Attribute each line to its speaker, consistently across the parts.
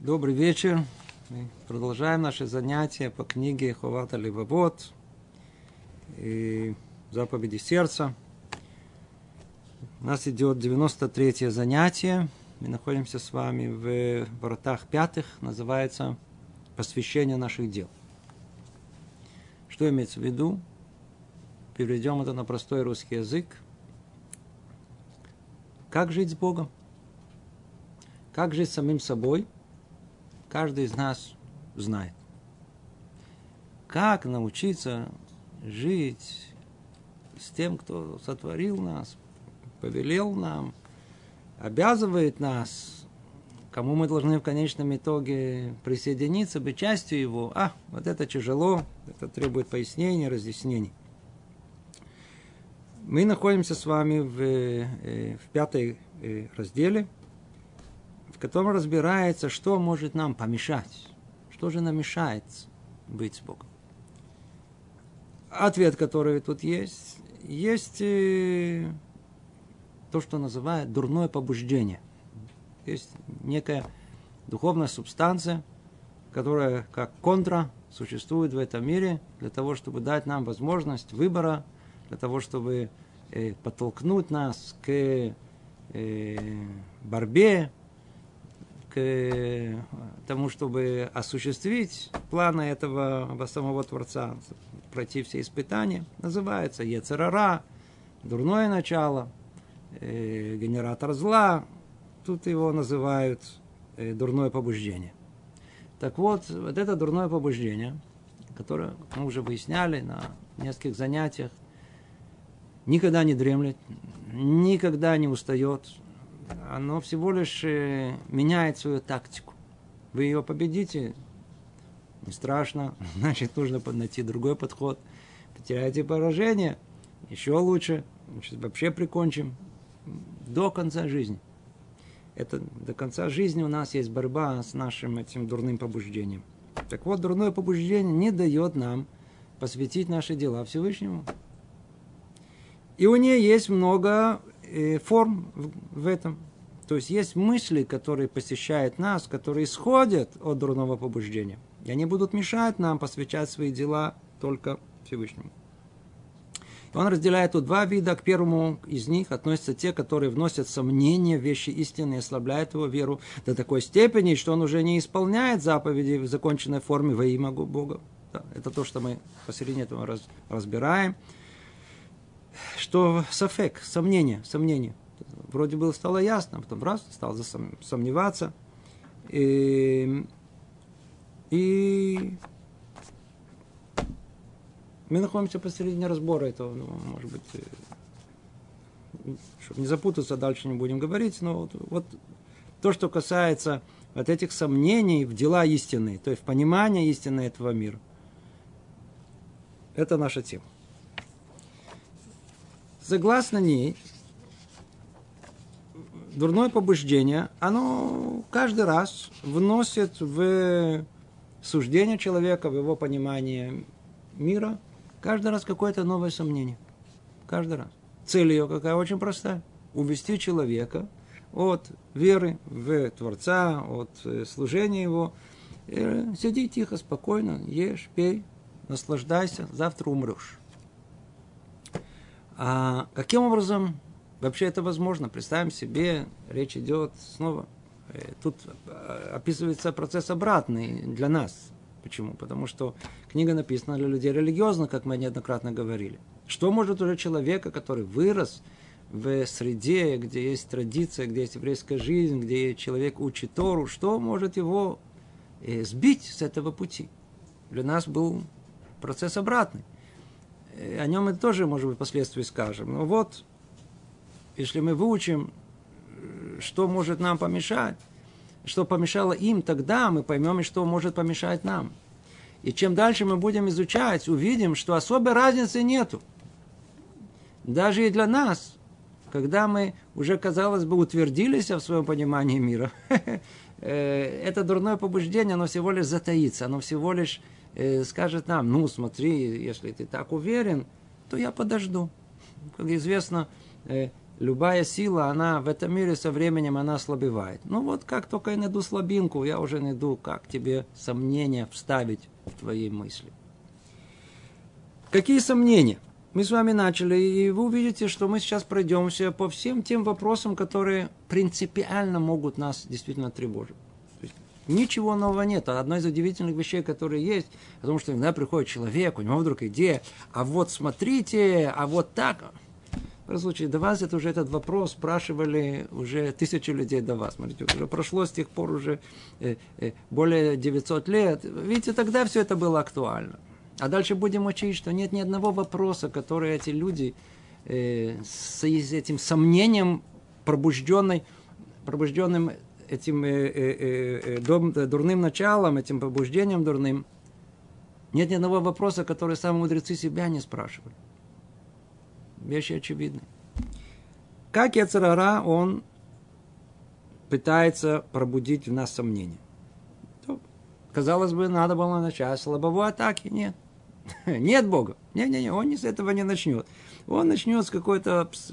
Speaker 1: Добрый вечер. Мы продолжаем наши занятия по книге Ховат Левавот и заповеди сердца. У нас идет 93-е занятие. Мы находимся с вами в воротах пятых. Называется посвящение наших дел. Что имеется в виду? Переведем это на простой русский язык. Как жить с Богом? Как жить с самим собой? Каждый из нас знает. Как научиться жить с тем, кто сотворил нас, повелел нам, обязывает нас, кому мы должны в конечном итоге присоединиться, быть частью его. Вот это тяжело, это требует пояснений, разъяснений. Мы находимся с вами в пятом разделе, в котором разбирается, что может нам помешать, что же нам мешает быть с Богом. Ответ, который тут есть то, что называют дурное побуждение. Есть некая духовная субстанция, которая как контра существует в этом мире для того, чтобы дать нам возможность выбора, для того, чтобы подтолкнуть нас к борьбе, к тому, чтобы осуществить планы этого самого Творца, пройти все испытания. Называется йецер ара, дурное начало, генератор зла. Тут его называют дурное побуждение. Так вот это дурное побуждение, которое мы уже выясняли на нескольких занятиях, никогда не дремлет, никогда не устает. Оно всего лишь меняет свою тактику. Вы ее победите, не страшно, значит, нужно найти другой подход. Потеряете поражение, еще лучше, значит, вообще прикончим до конца жизни. Это до конца жизни у нас есть борьба с нашим этим дурным побуждением. Так вот, дурное побуждение не дает нам посвятить наши дела Всевышнему. И у нее есть много форм в этом. То есть есть мысли, которые посещают нас, которые исходят от дурного побуждения. И они будут мешать нам посвящать свои дела только Всевышнему. И он разделяет тут два вида. К первому из них относятся те, которые вносят сомнения в вещи истины и ослабляют его веру до такой степени, что он уже не исполняет заповеди в законченной форме во имя Бога. Да, это то, что мы посередине этого разбираем. Что сафек, сомнение. Вроде бы стало ясно, потом раз, стал сомневаться. И мы находимся посередине разбора этого. Может быть, чтобы не запутаться, дальше не будем говорить. Но вот то, что касается вот этих сомнений в дела истины, то есть в понимание истины этого мира. Это наша тема. Согласно ней, дурное побуждение, оно каждый раз вносит в суждение человека, в его понимание мира, каждый раз какое-то новое сомнение. Каждый раз. Цель ее какая? Очень простая. Увести человека от веры в Творца, от служения его. Сиди тихо, спокойно, ешь, пей, наслаждайся, завтра умрешь. А каким образом вообще это возможно? Представим себе, речь идет снова. Тут описывается процесс обратный для нас. Почему? Потому что книга написана для людей религиозных, как мы неоднократно говорили. Что может уже человека, который вырос в среде, где есть традиция, где есть еврейская жизнь, где человек учит Тору, что может его сбить с этого пути? Для нас был процесс обратный. О нем мы тоже, может быть, впоследствии скажем. Но вот, если мы выучим, что может нам помешать, что помешало им, тогда мы поймем, что может помешать нам. И чем дальше мы будем изучать, увидим, что особой разницы нету. Даже и для нас, когда мы уже, казалось бы, утвердились в своем понимании мира, это дурное побуждение, оно всего лишь затаится, оно всего лишь скажет нам, смотри, если ты так уверен, то я подожду. Как известно, любая сила, она в этом мире со временем она ослабевает. Ну вот как только я найду слабинку, я уже найду, как тебе сомнения вставить в твои мысли. Какие сомнения? Мы с вами начали, и вы увидите, что мы сейчас пройдемся по всем тем вопросам, которые принципиально могут нас действительно тревожить. Ничего нового нет. Одна из удивительных вещей, которые есть, потому что иногда приходит человек, у него вдруг идея, а вот смотрите, а вот так. В этом случае до вас это уже этот вопрос спрашивали уже 1000 людей до вас. Смотрите, уже прошло с тех пор уже более 900 лет. Видите, тогда все это было актуально. А дальше будем учить, что нет ни одного вопроса, который эти люди с этим сомнением пробужденным этим дурным началом, этим побуждением дурным, нет ни одного вопроса, который сами мудрецы себя не спрашивали. Вещи очевидны. Как йецер ара, он пытается пробудить в нас сомнения. То, казалось бы, надо было начать с лобовой атаки. Нет. Нет Бога. Не, он с этого не начнет. Он начнет с какой-то... С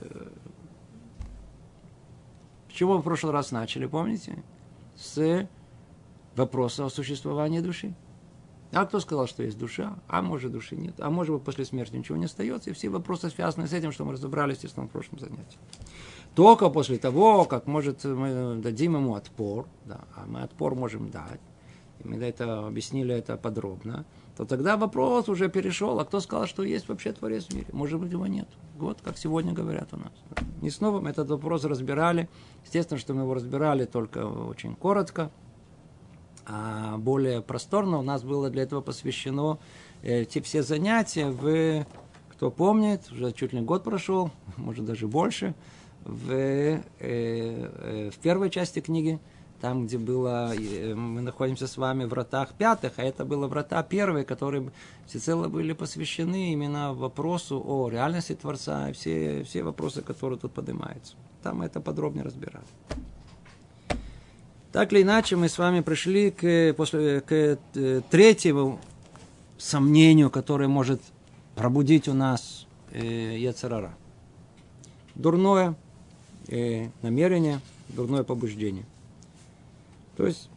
Speaker 1: чего мы в прошлый раз начали, помните? С вопроса о существовании души. А кто сказал, что есть душа? А может, души нет. А может быть, после смерти ничего не остается. И все вопросы связаны с этим, что мы разобрались, естественно, в прошлом занятии. Только после того, как, может, мы дадим ему отпор, да, а мы отпор можем дать, и мы это объяснили это подробно, то тогда вопрос уже перешел, а кто сказал, что есть вообще Творец в мире? Может быть, его нет. Вот как сегодня говорят у нас. Не снова мы этот вопрос разбирали. Естественно, что мы его разбирали только очень коротко. А более просторно у нас было для этого посвящено те все занятия кто помнит, уже чуть ли год прошел, может даже больше, в первой части книги, там, где было, мы находимся с вами в вратах пятых, а это было врата первые, которые всецело были посвящены именно вопросу о реальности Творца и все вопросы, которые тут поднимаются. Там мы это подробнее разбирали. Так или иначе, мы с вами пришли к третьему сомнению, которое может пробудить у нас йецер ара. Дурное намерение, дурное побуждение. То есть,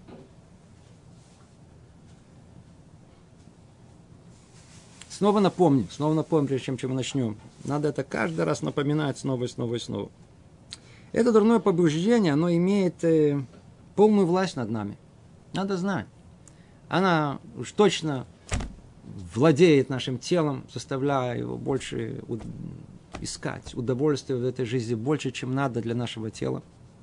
Speaker 1: снова напомню, прежде чем мы начнем. Надо это каждый раз напоминать снова и снова и снова. Это дурное побуждение, оно имеет полную власть над нами. Надо знать. Она уж точно владеет нашим телом, заставляя его больше искать удовольствие в этой жизни больше, чем надо для нашего тела.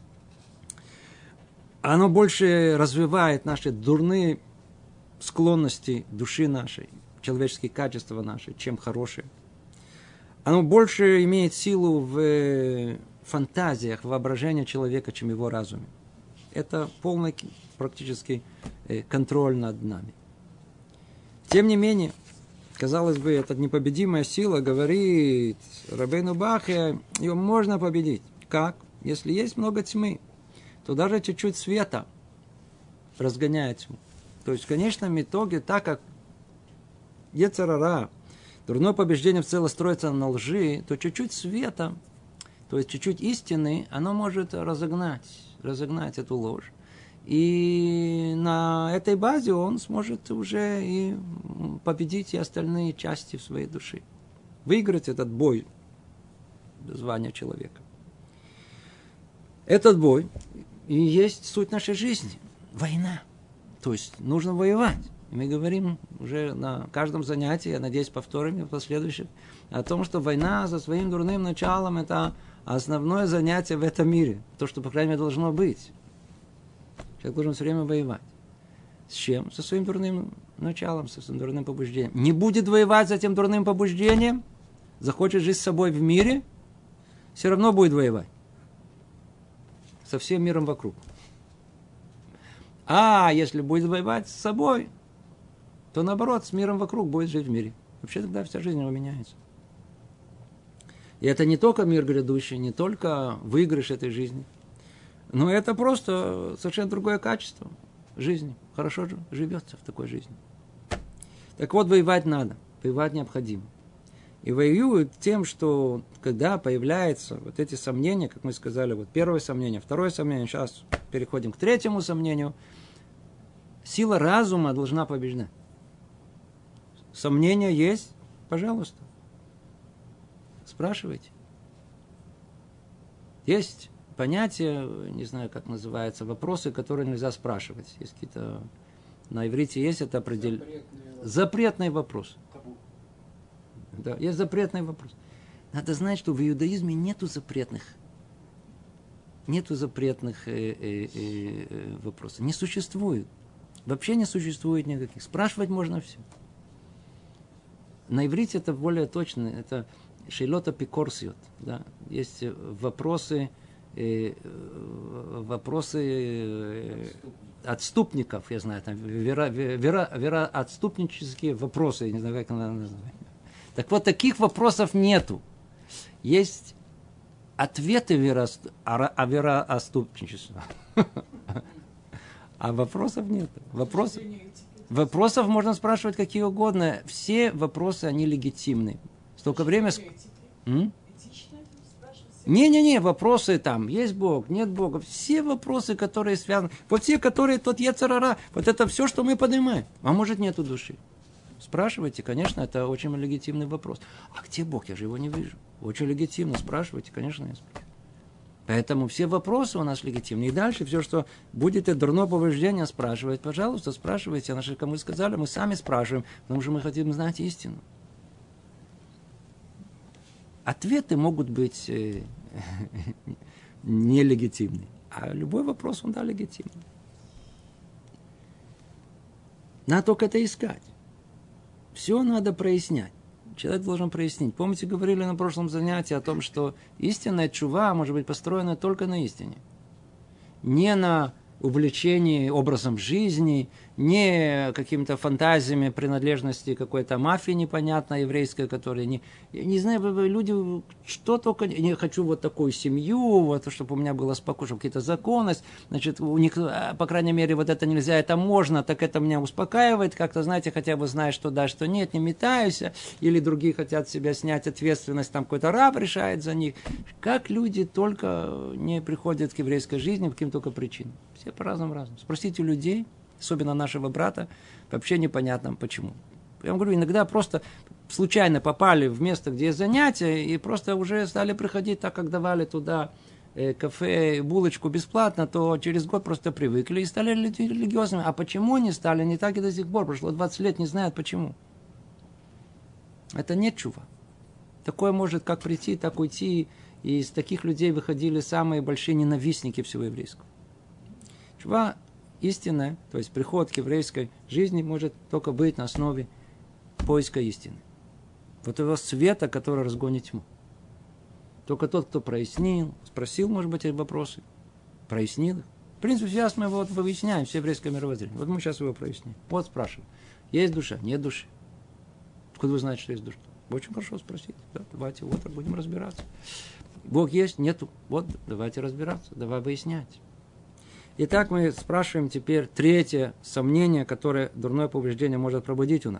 Speaker 1: Оно больше развивает наши дурные склонности души нашей, человеческие качества наши, чем хорошие. Оно больше имеет силу в фантазиях, в воображении человека, чем в его разуме. Это полный практически контроль над нами. Тем не менее, казалось бы, эта непобедимая сила, говорит Рабейну Бахья, ее можно победить. Как? Если есть много тьмы, то даже чуть-чуть света разгоняет тьму. То есть в конечном итоге, так как йецер ара, дурное побеждение в целом строится на лжи, то чуть-чуть света, то есть чуть-чуть истины, оно может разогнать эту ложь. И на этой базе он сможет уже и победить и остальные части в своей душе. Выиграть этот бой звания человека. Этот бой и есть суть нашей жизни. Война. То есть нужно воевать. И мы говорим уже на каждом занятии, я надеюсь, повторим в последующих, о том, что война со своим дурным началом – это основное занятие в этом мире. То, что, по крайней мере, должно быть. Человек должен все время воевать. С чем? Со своим дурным началом, со своим дурным побуждением. Не будет воевать с этим дурным побуждением, захочет жить с собой в мире, все равно будет воевать. Со всем миром вокруг. А если будет воевать с собой, то наоборот, с миром вокруг будет жить в мире. Вообще тогда вся жизнь его меняется. И это не только мир грядущий, не только выигрыш этой жизни, но это просто совершенно другое качество жизни. Хорошо живется в такой жизни. Так вот, воевать надо, воевать необходимо. И воюют тем, что когда появляются вот эти сомнения, как мы сказали, вот первое сомнение, второе сомнение, сейчас переходим к третьему сомнению, сила разума должна побеждать. Сомнения есть? Пожалуйста. Спрашивайте. Есть понятие, не знаю, как называется, вопросы, которые нельзя спрашивать. Есть какие-то... На иврите есть это определение. Запретный вопрос. Да, есть запретный вопрос. Надо знать, что в иудаизме нету запретных вопросов. Не существует. Вообще не существует никаких. Спрашивать можно все. На иврите это более точно. Это шейлот апикорсиот. Да? Есть вопросы отступников, я знаю, там вероотступнические вопросы, я не знаю, как она называется. Так вот, таких вопросов нету. Есть ответы о вероотступничестве. А вопросов нет. Вопросов можно спрашивать какие угодно. Все вопросы, они легитимны. Столько времени... Не, вопросы там, есть Бог, нет Бога. Все вопросы, которые связаны... Вот все, которые тот йецер ара, вот это все, что мы поднимаем. А может, нету души. Спрашивайте, конечно, это очень легитимный вопрос. А где Бог? Я же его не вижу. Очень легитимно, спрашивайте, конечно, я спрашиваю. Поэтому все вопросы у нас легитимны. И дальше все, что будет дурное побуждение спрашивать, пожалуйста, спрашивайте. А наши, как мы сказали, мы сами спрашиваем, потому что мы хотим знать истину. Ответы могут быть нелегитимны. А любой вопрос, он, да, легитимный. Надо только это искать. Все надо прояснять. Человек должен прояснить. Помните, говорили на прошлом занятии о том, что истинная тшува может быть построена только на истине. Не на увлечении образом жизни, не какими-то фантазиями принадлежности какой-то мафии непонятной еврейской, которая не знаю, люди что только, не хочу вот такую семью, вот, чтобы у меня было спокойно, чтобы какие-то законность, значит, у них, по крайней мере, вот это нельзя, это можно, так это меня успокаивает, как-то, знаете, хотя бы знаешь, что да, что нет, не метаюсь, или другие хотят с себя снять ответственность, там какой-то раб решает за них. Как люди только не приходят к еврейской жизни по каким только причинам. Все по-разному. Спросите у людей, особенно нашего брата, вообще непонятно почему. Я вам говорю, иногда просто случайно попали в место, где есть занятия, и просто уже стали приходить, так как давали туда кафе, булочку бесплатно, то через год просто привыкли и стали религиозными. А почему они стали? Не так и до сих пор. Прошло 20 лет, не знают почему. Это не тшува. Такое может как прийти, так уйти. И из таких людей выходили самые большие ненавистники всего еврейского. Тшува истинная, то есть приход к еврейской жизни может только быть на основе поиска истины. Вот этого света, который разгонит тьму. Только тот, кто прояснил, спросил, может быть, эти вопросы, прояснил их. В принципе, сейчас мы вот выясняем все еврейское мировоззрение. Вот мы сейчас его проясним. Вот спрашиваем. Есть душа? Нет души. Откуда вы знаете, что есть душа? Очень хорошо спросить. Да, давайте вот будем разбираться. Бог есть? Нету. Вот, давайте разбираться. Давай выяснять. Итак, мы спрашиваем теперь третье сомнение, которое дурное побуждение может пробудить у нас.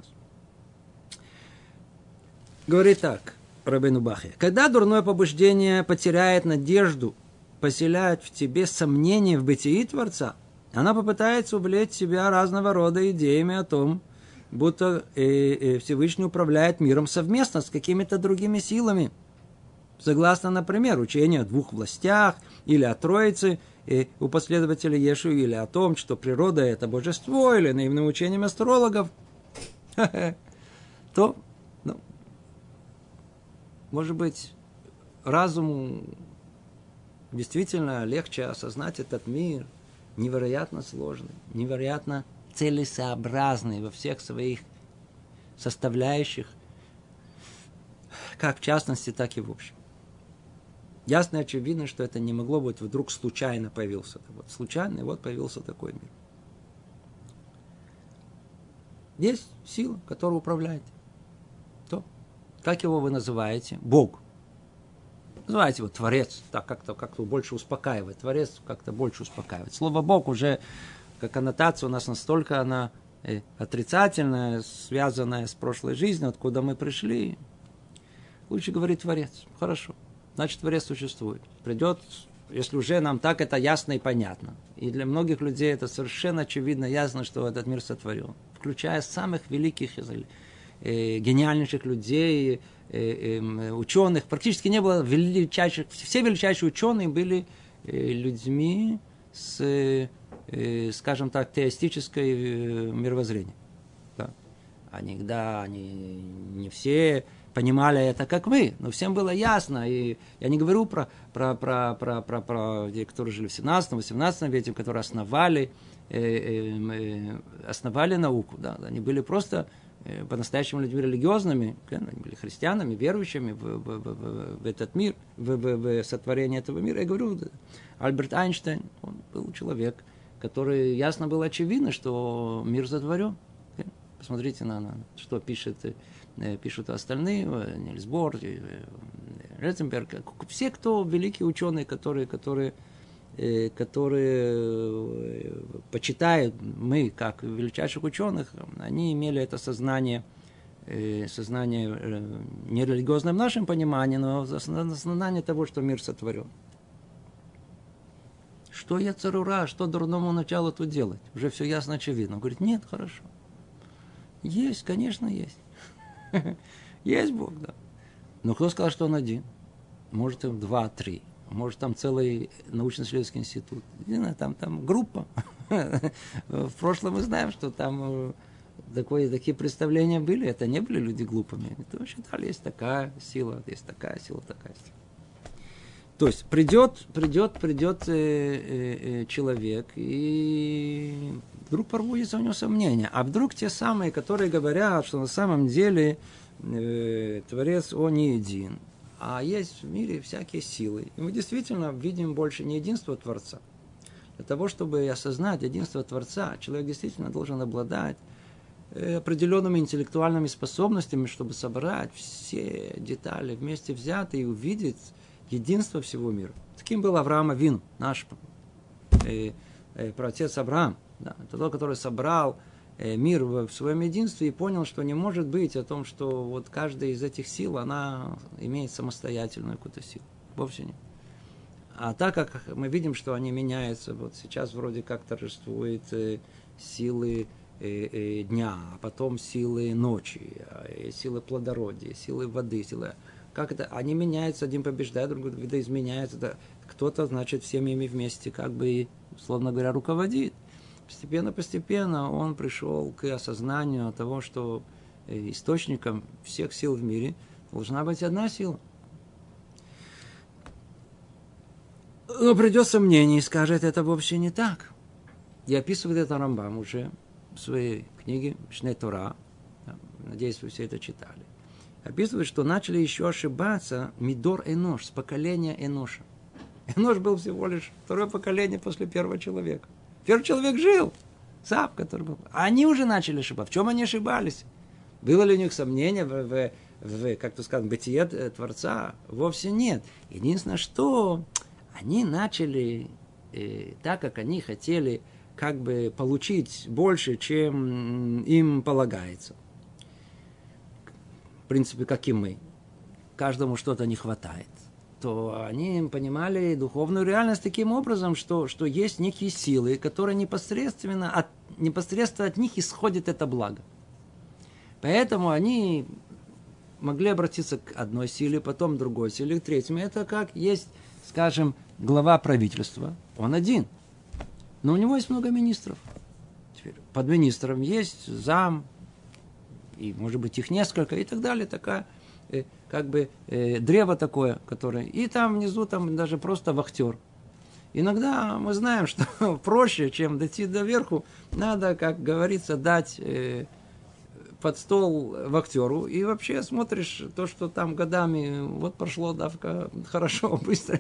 Speaker 1: Говорит так, Рабейну Бахья. Когда дурное побуждение потеряет надежду, поселяет в тебе сомнение в бытии Творца, она попытается увлечь себя разного рода идеями о том, будто Всевышний управляет миром совместно с какими-то другими силами. Согласно, например, учению о двух властях или о Троице, у последователей Иешуа, или о том, что природа – это божество, или наивным учением астрологов, то, может быть, разуму действительно легче осознать этот мир, невероятно сложный, невероятно целесообразный во всех своих составляющих, как в частности, так и в общем. Ясно и очевидно, что это не могло быть вдруг случайно появился. Вот случайно, и вот появился такой мир. Есть сила, которая управляет. То, как его вы называете? Бог. Называете его Творец. Так как-то больше успокаивает. Творец как-то больше успокаивает. Слово Бог уже, как аннотация у нас настолько она отрицательная, связанная с прошлой жизнью, откуда мы пришли. Лучше говорить Творец. Хорошо. Значит, Творец существует. Придет, если уже нам так это ясно и понятно. И для многих людей это совершенно очевидно, ясно, что этот мир сотворен. Включая самых великих, гениальнейших людей, ученых. Практически не было величайших. Все величайшие ученые были людьми с, скажем так, теистической мировоззрением. Да. Они не все понимали это, как мы, но всем было ясно. И я не говорю про людей, которые жили в 17-18 веке, которые основали науку. Да. Они были просто по-настоящему людьми религиозными, они были христианами, верующими в этот мир, в сотворение этого мира. Я говорю, Альберт Эйнштейн, он был человек, который ясно было очевидно, что мир сотворен. Посмотрите на что пишут остальные, Нильс Бор, Ротенберг, все, кто великие ученые, которые почитают мы, как величайших ученых, они имели это сознание не религиозное в нашем понимании, но сознание того, что мир сотворен. Что Йецер Ара, что дурному началу тут делать? Уже все ясно, очевидно. Он говорит, нет, хорошо. Есть, конечно, есть. Есть Бог, да. Но кто сказал, что он один? Может, им 2-3. Может, там целый научно-исследовательский институт. Не знаю, там группа. В прошлом мы знаем, что там такие представления были. Это не были люди глупыми. Это считали, есть такая сила, такая сила. То есть придет человек, и вдруг пробудется у него сомнение. А вдруг те самые, которые говорят, что на самом деле Творец, он не един, а есть в мире всякие силы. И мы действительно видим больше не единство Творца. Для того, чтобы осознать единство Творца, человек действительно должен обладать определенными интеллектуальными способностями, чтобы собрать все детали вместе взятые и увидеть единство всего мира. Таким был Авраам Авину, наш праотец Авраам. Да, это тот, который собрал мир в своем единстве и понял, что не может быть о том, что вот каждая из этих сил, она имеет самостоятельную какую-то силу. Вовсе нет. А так как мы видим, что они меняются, вот сейчас вроде как торжествуют силы дня, а потом силы ночи, силы плодородия, силы воды, силы... Как это? Они меняются, один побеждает, другой видоизменяется. Да. Кто-то, значит, всеми ими вместе, как бы, условно говоря, руководит. Постепенно он пришел к осознанию того, что источником всех сил в мире должна быть одна сила. Но придет сомнение и скажет, это вовсе не так. И описывает это Рамбам уже в своей книге «Мишней Тора». Надеюсь, вы все это читали. Описывает, что начали еще ошибаться Мидор Энош, с поколения Эноша. Энош был всего лишь второе поколение после первого человека. Первый человек жил, сам, который был. А они уже начали ошибаться. В чем они ошибались? Было ли у них сомнение в как-то сказать, бытие Творца? Вовсе нет. Единственное, что они начали, так как они хотели как бы получить больше, чем им полагается. В принципе, как и мы. Каждому что-то не хватает. То они понимали духовную реальность таким образом, что есть некие силы, которые непосредственно от них исходит это благо. Поэтому они могли обратиться к одной силе, потом к другой силе, к третьему. Это как есть, скажем, глава правительства. Он один. Но у него есть много министров. Теперь под министром есть зам, и, может быть, их несколько, и так далее. Такая, как бы, древо такое, которое... И там внизу там даже просто вахтер. Иногда мы знаем, что проще, чем дойти доверху, надо, как говорится, дать под стол вахтеру. И вообще смотришь то, что там годами вот прошло давка хорошо, быстро.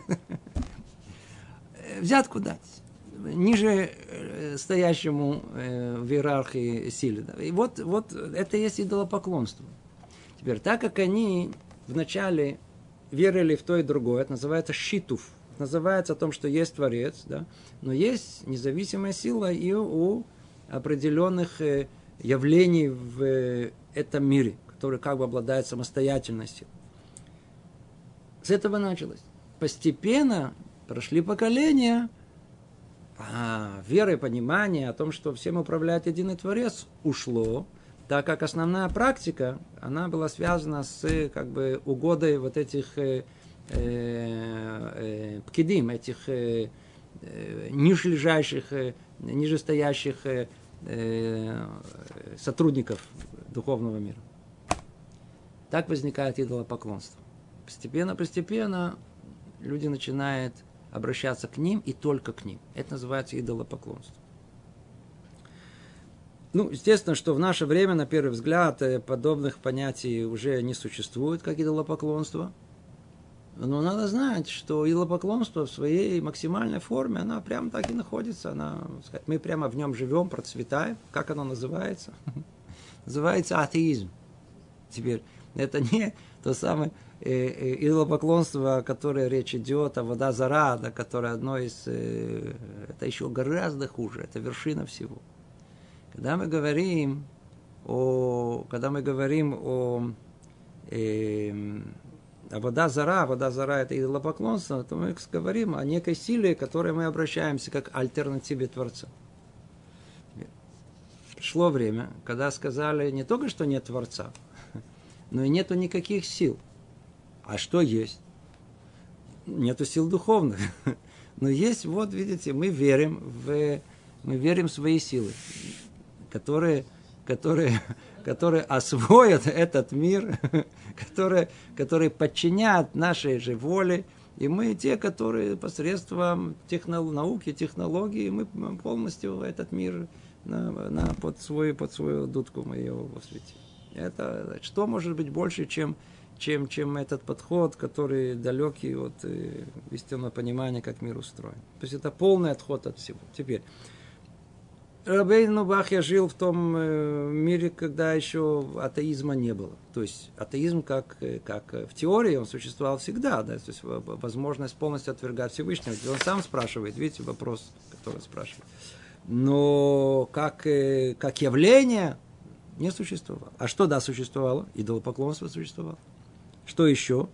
Speaker 1: Взятку дать. Ниже стоящему в иерархии силы. И вот это есть идолопоклонство. Теперь, так как они вначале верили в то и другое, это называется шитуф. Это называется о том, что есть Творец, да? Но есть независимая сила и у определенных явлений в этом мире, которые как бы обладают самостоятельностью. С этого началось. Постепенно прошли поколения, а вера и понимание о том, что всем управляет единый Творец, ушло, так как основная практика, она была связана с как бы угодой вот этих пкидим, этих нижележащих, нижестоящих сотрудников духовного мира. Так возникает идолопоклонство. Постепенно люди начинают обращаться к ним и только к ним. Это называется идолопоклонство. Ну, естественно, что в наше время, на первый взгляд, подобных понятий уже не существует, как идолопоклонство. Но надо знать, что идолопоклонство в своей максимальной форме, она прямо так и находится. Мы прямо в нем живем, процветаем. Как оно называется? Называется атеизм. Теперь, это не то самое идолопоклонство, о которое речь идет, а вода зара, да, которое одно из... Это еще гораздо хуже, это вершина всего. Когда мы говорим о вода зара это идолопоклонство, то мы говорим о некой силе, к которой мы обращаемся как альтернативе Творца. Пришло время, когда сказали не только, что нет Творца, но и нету никаких сил. А что есть? Нету сил духовных. Но есть, вот видите, мы верим в свои силы, которые освоят этот мир, которые подчинят нашей же воле. И мы те, которые посредством науки, технологий, мы полностью этот мир под свою дудку мы его посвятим. Это что может быть больше, чем этот подход, который далекий от истинного понимания, как мир устроен. То есть это полный отход от всего. Теперь, Рабейну Бахья жил в том мире, когда еще атеизма не было. То есть атеизм, как в теории, он существовал всегда. Да? То есть возможность полностью отвергать Всевышнего. Он сам спрашивает, видите, вопрос, который спрашивает. Но как явление не существовало. А что, да, существовало? Идолопоклонство существовало. Что еще?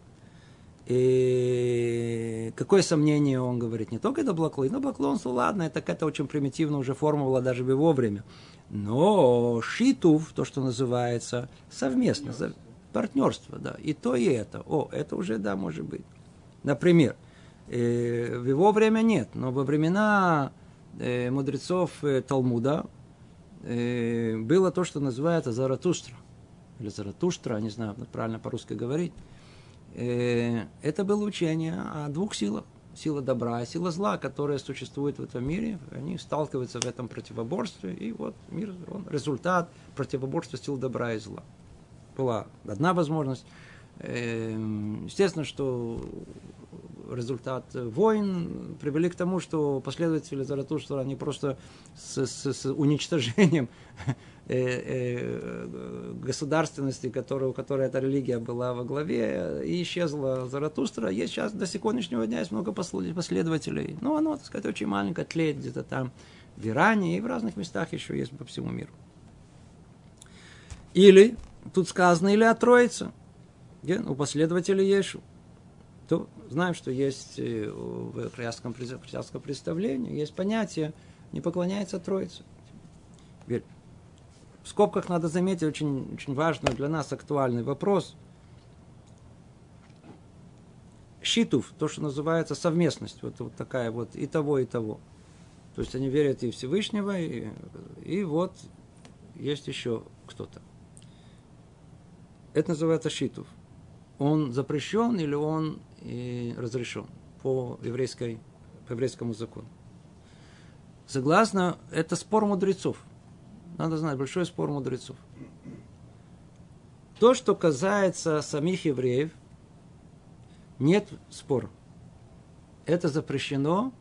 Speaker 1: И какое сомнение он говорит? Не только идолопоклонство, ладно, это какая-то очень примитивная уже форма была даже в его время. Но шитув, то, что называется, совместно, партнерство, да, и то, и это. Это уже, да, может быть. Например, в его время нет, но во времена мудрецов Талмуда было то, что называется Заратустра. Или Заратуштра, не знаю, правильно по-русски говорить. Это было учение о двух силах. Сила добра и сила зла, которые существуют в этом мире. Они сталкиваются в этом противоборстве. И вот мир, результат противоборства сил добра и зла. Была одна возможность. Естественно, что результат войн привели к тому, что последователи Заратустра, они просто с уничтожением государственности, у которой эта религия была во главе, и исчезла Заратустра. Есть сейчас до сегодняшнего дня есть много последователей. Но оно, так сказать, очень маленькое, тлеет где-то там в Иране и в разных местах еще есть по всему миру. Или, тут сказано, или о Троице. У последователей Ешу. То знаем, что есть в христианском представлении, есть понятие «не поклоняется Троице». Теперь, в скобках надо заметить очень, очень важный для нас актуальный вопрос. Шитув, то, что называется совместность, вот такая вот и того, и того. То есть они верят и в Всевышнего, и вот есть еще кто-то. Это называется шитув. Он запрещен или он разрешен по еврейскому закону. Согласно, это спор мудрецов. Надо знать, большой спор мудрецов. То, что касается самих евреев, нет спора. Это запрещено,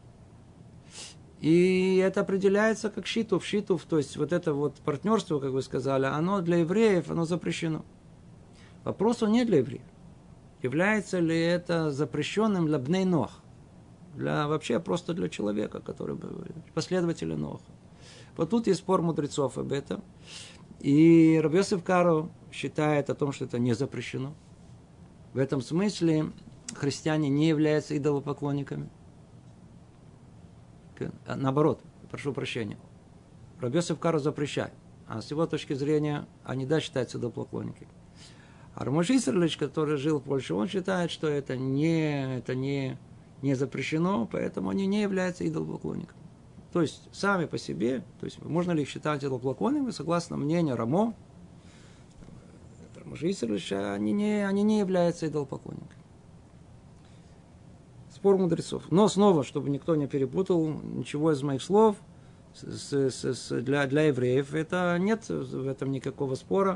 Speaker 1: и это определяется как шитув. Шитув, то есть вот это вот партнерство, как вы сказали, оно для евреев, оно запрещено. Вопрос он не для евреев. Является ли это запрещенным для бней Ноах? Вообще просто для человека, который последователь Ноаха. Вот тут есть спор мудрецов об этом. И Рав Йосеф Каро считает о том, что это не запрещено. В этом смысле христиане не являются идолопоклонниками. Наоборот, прошу прощения. Рав Йосеф Кару запрещает. А с его точки зрения, они, да, считаются идолопоклонниками. А Рав Моше Исерлович, который жил в Польше, он считает, что это не запрещено, поэтому они не являются идолопоклонниками. То есть, сами по себе, то есть, можно ли их считать идолопоклонниками, согласно мнению Рамо, Рав Моше Исерлович, они не являются идолопоклонниками. Спор мудрецов. Но снова, чтобы никто не перепутал, ничего из моих слов для евреев, это нет в этом никакого спора.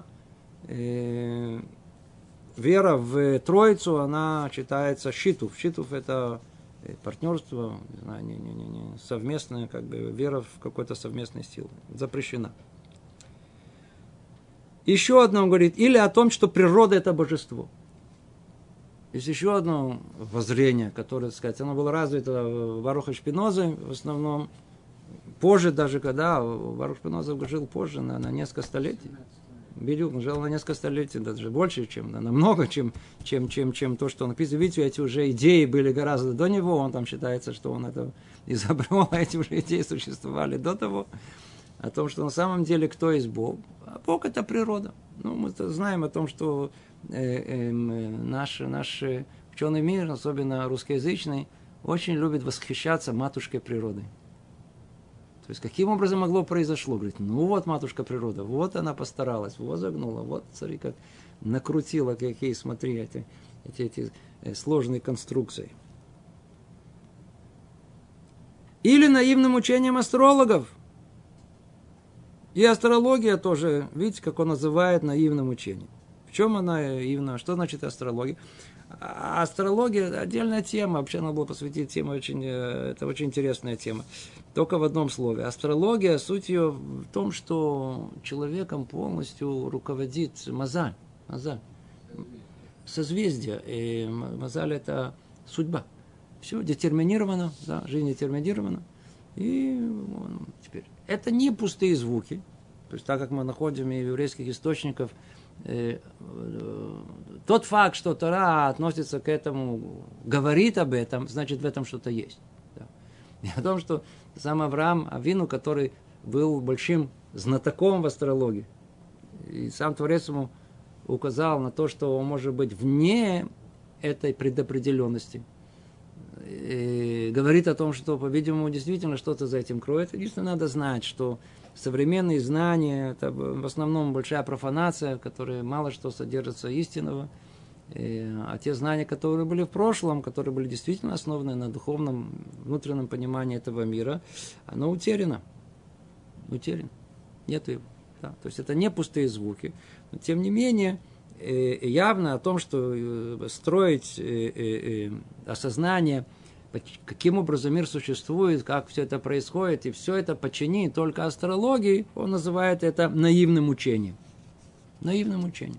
Speaker 1: Вера в Троицу, она считается шитуф. Шитуф – это партнерство, не знаю, не совместное, как бы вера в какой-то совместный силу. Запрещена. Еще одно он говорит, или о том, что природа – это божество. Есть еще одно воззрение, которое, так сказать, оно было развито в Баруха Шпиноза в основном. Позже даже, когда Барух Шпиноза жил позже, на несколько столетий. Бедюк, он жил на несколько столетий, даже больше, намного, чем то, что он написал. Видите, эти уже идеи были гораздо до него, он там считается, что он это изобрел, а эти уже идеи существовали до того, о том, что на самом деле кто есть Бог. А Бог – это природа. Ну, мы знаем о том, что наш ученый мир, особенно русскоязычный, очень любит восхищаться матушкой природой. То есть, каким образом могло произошло? Говорит, ну вот матушка природа, вот она постаралась, вот загнула, вот, смотри, как накрутила, какие, смотри, эти сложные конструкции. Или наивным учением астрологов. И астрология тоже, видите, как он называет наивным учением. В чем она наивна? Что значит астрология? Астрология – отдельная тема, вообще надо было посвятить тему, это очень интересная тема. Только в одном слове. Астрология, суть ее в том, что человеком полностью руководит мазаль. Созвездие. И мазаль – это судьба. Все детерминировано, да, жизнь детерминирована. И теперь это не пустые звуки. То есть так как мы находим и в еврейских источниках, тот факт, что Тора относится к этому, говорит об этом, значит в этом что-то есть. Да. И о том, что сам Авраам Авину, который был большим знатоком в астрологии, и сам Творец ему указал на то, что он может быть вне этой предопределенности. И говорит о том, что, по-видимому, действительно что-то за этим кроет. Единственное, надо знать, что современные знания – это в основном большая профанация, в которой мало что содержится истинного. А те знания, которые были в прошлом, которые были действительно основаны на духовном, внутреннем понимании этого мира, оно утеряно. Нету его. Да. То есть это не пустые звуки. Но тем не менее, явно о том, что строить осознание, каким образом мир существует, как все это происходит, и все это подчинить только астрологии, он называет это наивным учением. Наивным учением.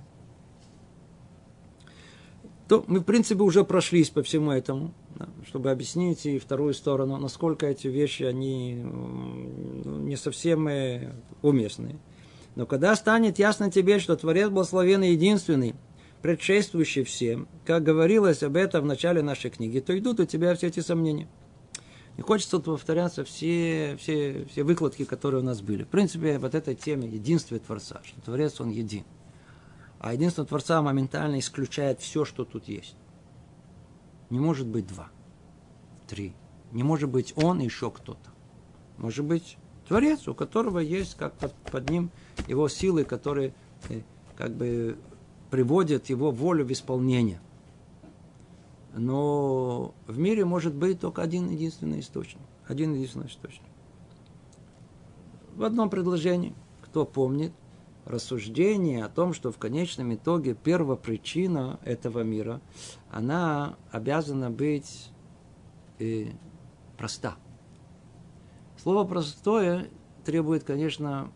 Speaker 1: То мы, в принципе, уже прошлись по всему этому, да, чтобы объяснить и вторую сторону, насколько эти вещи, они не совсем уместны. Но когда станет ясно тебе, что Творец благословенный единственный, предшествующий всем, как говорилось об этом в начале нашей книги, то идут у тебя все эти сомнения. Не хочется тут повторяться все выкладки, которые у нас были. В принципе, вот этой теме единствия Творца, что Творец, он един. А единство Творца моментально исключает все, что тут есть. Не может быть два, три. Не может быть он и еще кто-то. Может быть Творец, у которого есть как под ним его силы, которые как бы приводят его волю в исполнение. Но в мире может быть только один единственный источник. Один единственный источник. В одном предложении, кто помнит, рассуждение о том, что в конечном итоге первопричина этого мира, она обязана быть проста. Слово «простое» требует, конечно,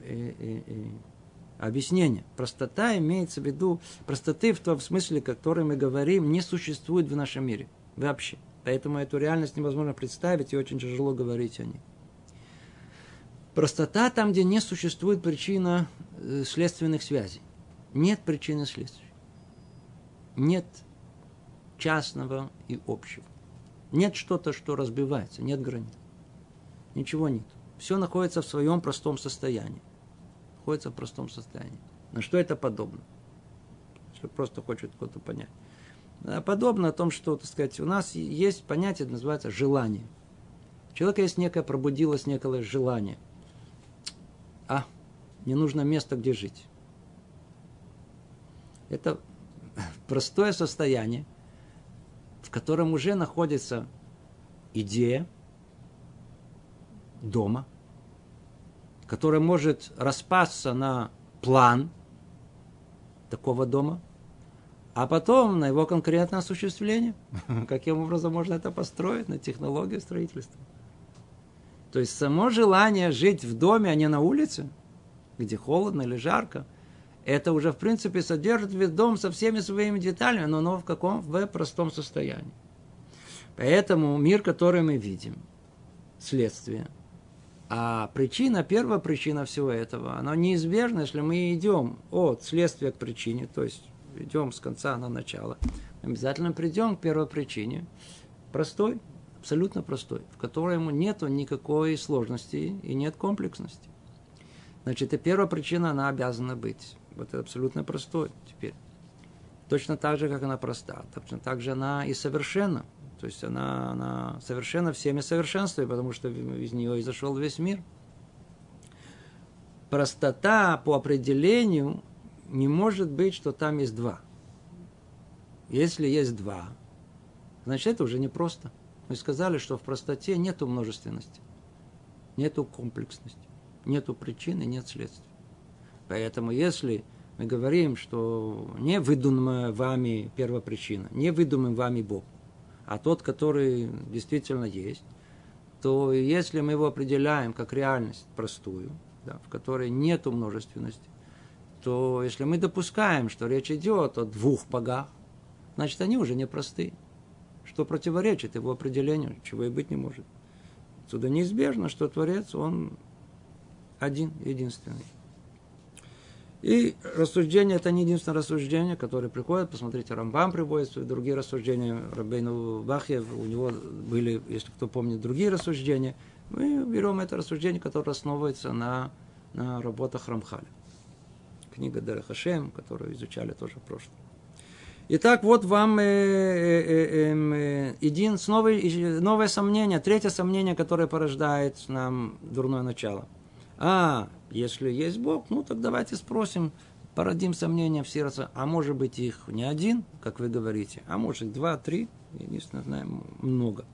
Speaker 1: объяснения. Простота имеется в виду, простоты в том смысле, о которой мы говорим, не существует в нашем мире вообще. Поэтому эту реальность невозможно представить и очень тяжело говорить о ней. Простота там, где не существует причина следственных связей. Нет причины следствий. Нет частного и общего. Нет что-то, что разбивается, нет границ. Ничего нет. Все находится в своем простом состоянии. Находится в простом состоянии. На что это подобно? Если просто хочет кто-то понять. Подобно о том, что, так сказать, у нас есть понятие, называется желание. У человека есть некое, пробудилось некое желание. Не нужно место, где жить. Это простое состояние, в котором уже находится идея дома, которая может распасться на план такого дома, а потом на его конкретное осуществление. Каким образом можно это построить? На технологию строительства. То есть само желание жить в доме, а не на улице, где холодно или жарко, это уже в принципе содержит весь дом со всеми своими деталями, но в каком? В простом состоянии. Поэтому мир, который мы видим, следствие, а причина, первая причина всего этого, она неизбежна, если мы идем от следствия к причине, то есть идем с конца на начало, обязательно придем к первой причине, простой, абсолютно простой, в котором нет никакой сложности и нет комплексности. Значит, и первая причина, она обязана быть. Вот это абсолютно простой теперь. Точно так же, как она проста. Точно так же она и совершенна. То есть она совершенна всеми совершенствами, потому что из нее изошел весь мир. Простота по определению не может быть, что там есть два. Если есть два, значит, это уже не просто. Мы сказали, что в простоте нету множественности, нету комплексности. Нету причины, нет следствия. Поэтому, если мы говорим, что не выдуманная вами первопричина, не выдуман вами Бог, а тот, который действительно есть, то если мы его определяем как реальность простую, да, в которой нету множественности, то если мы допускаем, что речь идет о двух богах, значит, они уже не простые, что противоречит его определению, чего и быть не может. Отсюда неизбежно, что Творец, он один, единственный. И рассуждение, это не единственное рассуждение, которое приходит. Посмотрите, Рамбам приводит другие рассуждения. Рабейну Бахьев, у него были, если кто помнит, другие рассуждения. Мы берем это рассуждение, которое основывается на работах Рамхаля. Книга Дерех Хашем, которую изучали тоже в прошлом. Итак, вот вам новое сомнение, третье сомнение, которое порождает нам дурное начало. Если есть Бог, так давайте спросим, породим сомнения в сердце, а может быть их не один, как вы говорите, а может два, три, единственное, знаем, много.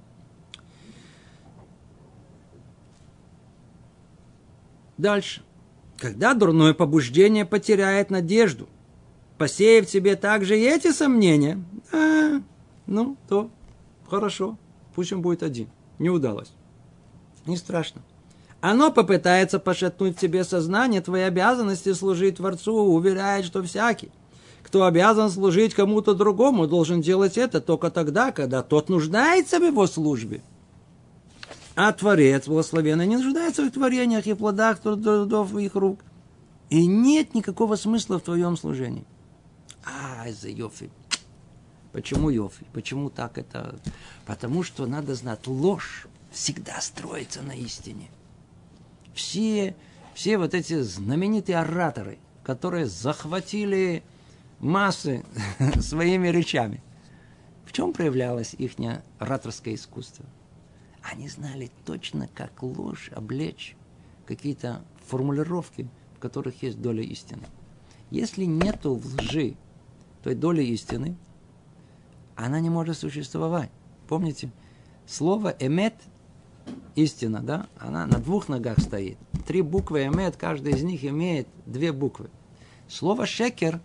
Speaker 1: Дальше. Когда дурное побуждение потеряет надежду, посеяв в себе также и эти сомнения, то хорошо, пусть он будет один. Не удалось. Не страшно. Оно попытается пошатнуть в тебе сознание твоей обязанности служить Творцу, уверяет, что всякий, кто обязан служить кому-то другому, должен делать это только тогда, когда тот нуждается в его службе. А Творец, благословенный, не нуждается в творениях и плодах трудов их рук. И нет никакого смысла в твоем служении. Из-за Йофи. Почему Йофи? Почему так это? Потому что надо знать, ложь всегда строится на истине. Все вот эти знаменитые ораторы, которые захватили массы своими речами, в чем проявлялось их ораторское искусство? Они знали точно, как ложь облечь, какие-то формулировки, в которых есть доля истины. Если нету в лжи той доли истины, она не может существовать. Помните, слово «эмет» истина, да, она на двух ногах стоит. 3 буквы эмет, каждая из них имеет 2 буквы. Слово шекер,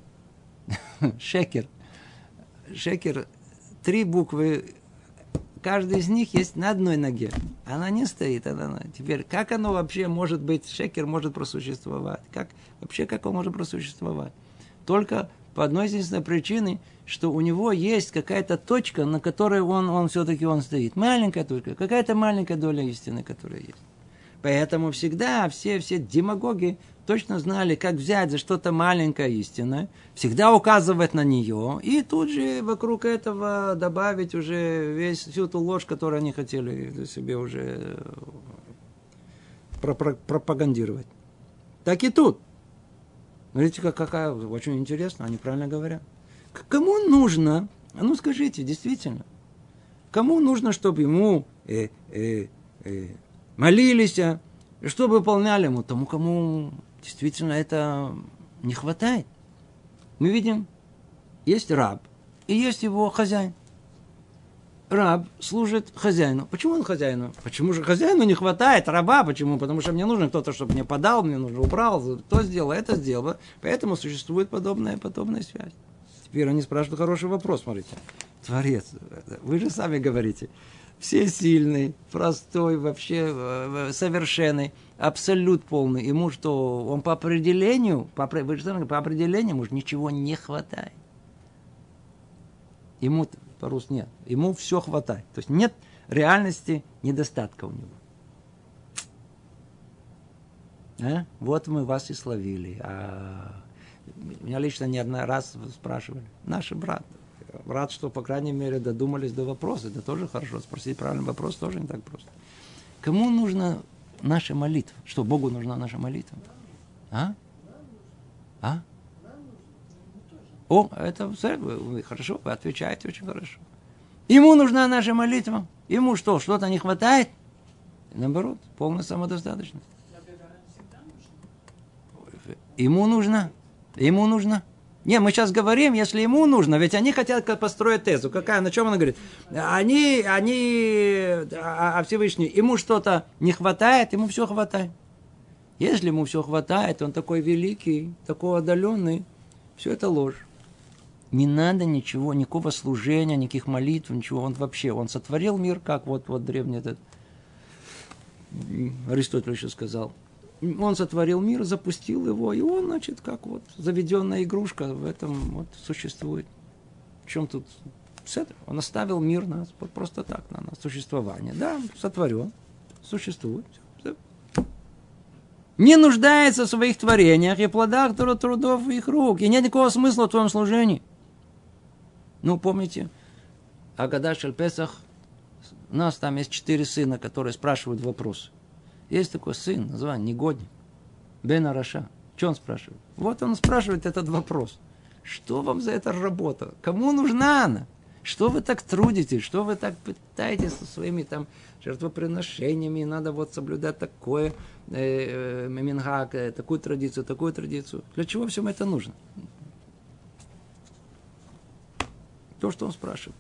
Speaker 1: 3 буквы, каждая из них есть на одной ноге. Она не стоит. Теперь, как оно вообще может быть, шекер может просуществовать? Как он может просуществовать? Только по одной единственной причине, что у него есть какая-то точка, на которой он все-таки стоит. Маленькая точка, какая-то маленькая доля истины, которая есть. Поэтому всегда все демагоги точно знали, как взять за что-то маленькое истинное, всегда указывать на нее, и тут же вокруг этого добавить уже всю ту ложь, которую они хотели себе уже пропагандировать. Так и тут. Смотрите, какая очень интересно, они правильно говорят. Кому нужно, ну скажите, действительно, кому нужно, чтобы ему молились, чтобы выполняли ему, тому, кому действительно это не хватает. Мы видим, есть раб и есть его хозяин. Раб служит хозяину. Почему он хозяину? Почему же хозяину не хватает раба? Почему? Потому что мне нужен кто-то, чтобы мне подал, мне нужно убрал, то сделал, это сделал. Поэтому существует подобная связь. Теперь они спрашивают хороший вопрос, смотрите. Творец, вы же сами говорите, всесильный, простой, вообще совершенный, абсолют полный. Ему что, он по определению, по определению, ему же ничего не хватает. Ему по-русски нет. Ему все хватает. То есть нет реальности недостатка у него. Вот мы вас и словили. Меня лично не один раз спрашивали. Наши брат. Рад, что, по крайней мере, додумались до вопроса. Это тоже хорошо. Спросить правильный вопрос тоже не так просто. Кому нужна наша молитва? Что, Богу нужна наша молитва? О, это хорошо, вы отвечаете очень хорошо. Ему нужна наша молитва. Ему что, что-то не хватает? Наоборот, полная самодостаточность. Ему нужно. Не, мы сейчас говорим, если ему нужно, ведь они хотят построить тезу. Какая, на чем она говорит? А Всевышний, ему что-то не хватает, ему все хватает. Если ему все хватает, он такой великий, такой отдаленный, все это ложь. Не надо ничего, никакого служения, никаких молитв, ничего. Он сотворил мир, как вот древний этот Аристотель еще сказал. Он сотворил мир, запустил его, и он, значит, как вот заведенная игрушка в этом вот существует. В чем тут? Он оставил мир нас просто так, на существование. Да, сотворен, существует. Все. Не нуждается в своих творениях и плодах трудов их рук. И нет никакого смысла в твоем служении. Ну, помните, Агада Шель Песах, у нас там есть 4 сына, которые спрашивают вопросы. Есть такой сын, называется негодник, Бен Араша. Что он спрашивает? Вот он спрашивает этот вопрос. Что вам за эта работа? Кому нужна она? Что вы так трудитесь? Что вы так пытаетесь со своими там жертвоприношениями? Надо вот соблюдать такое минхаг, такую традицию. Для чего всем это нужно? То, что он спрашивает.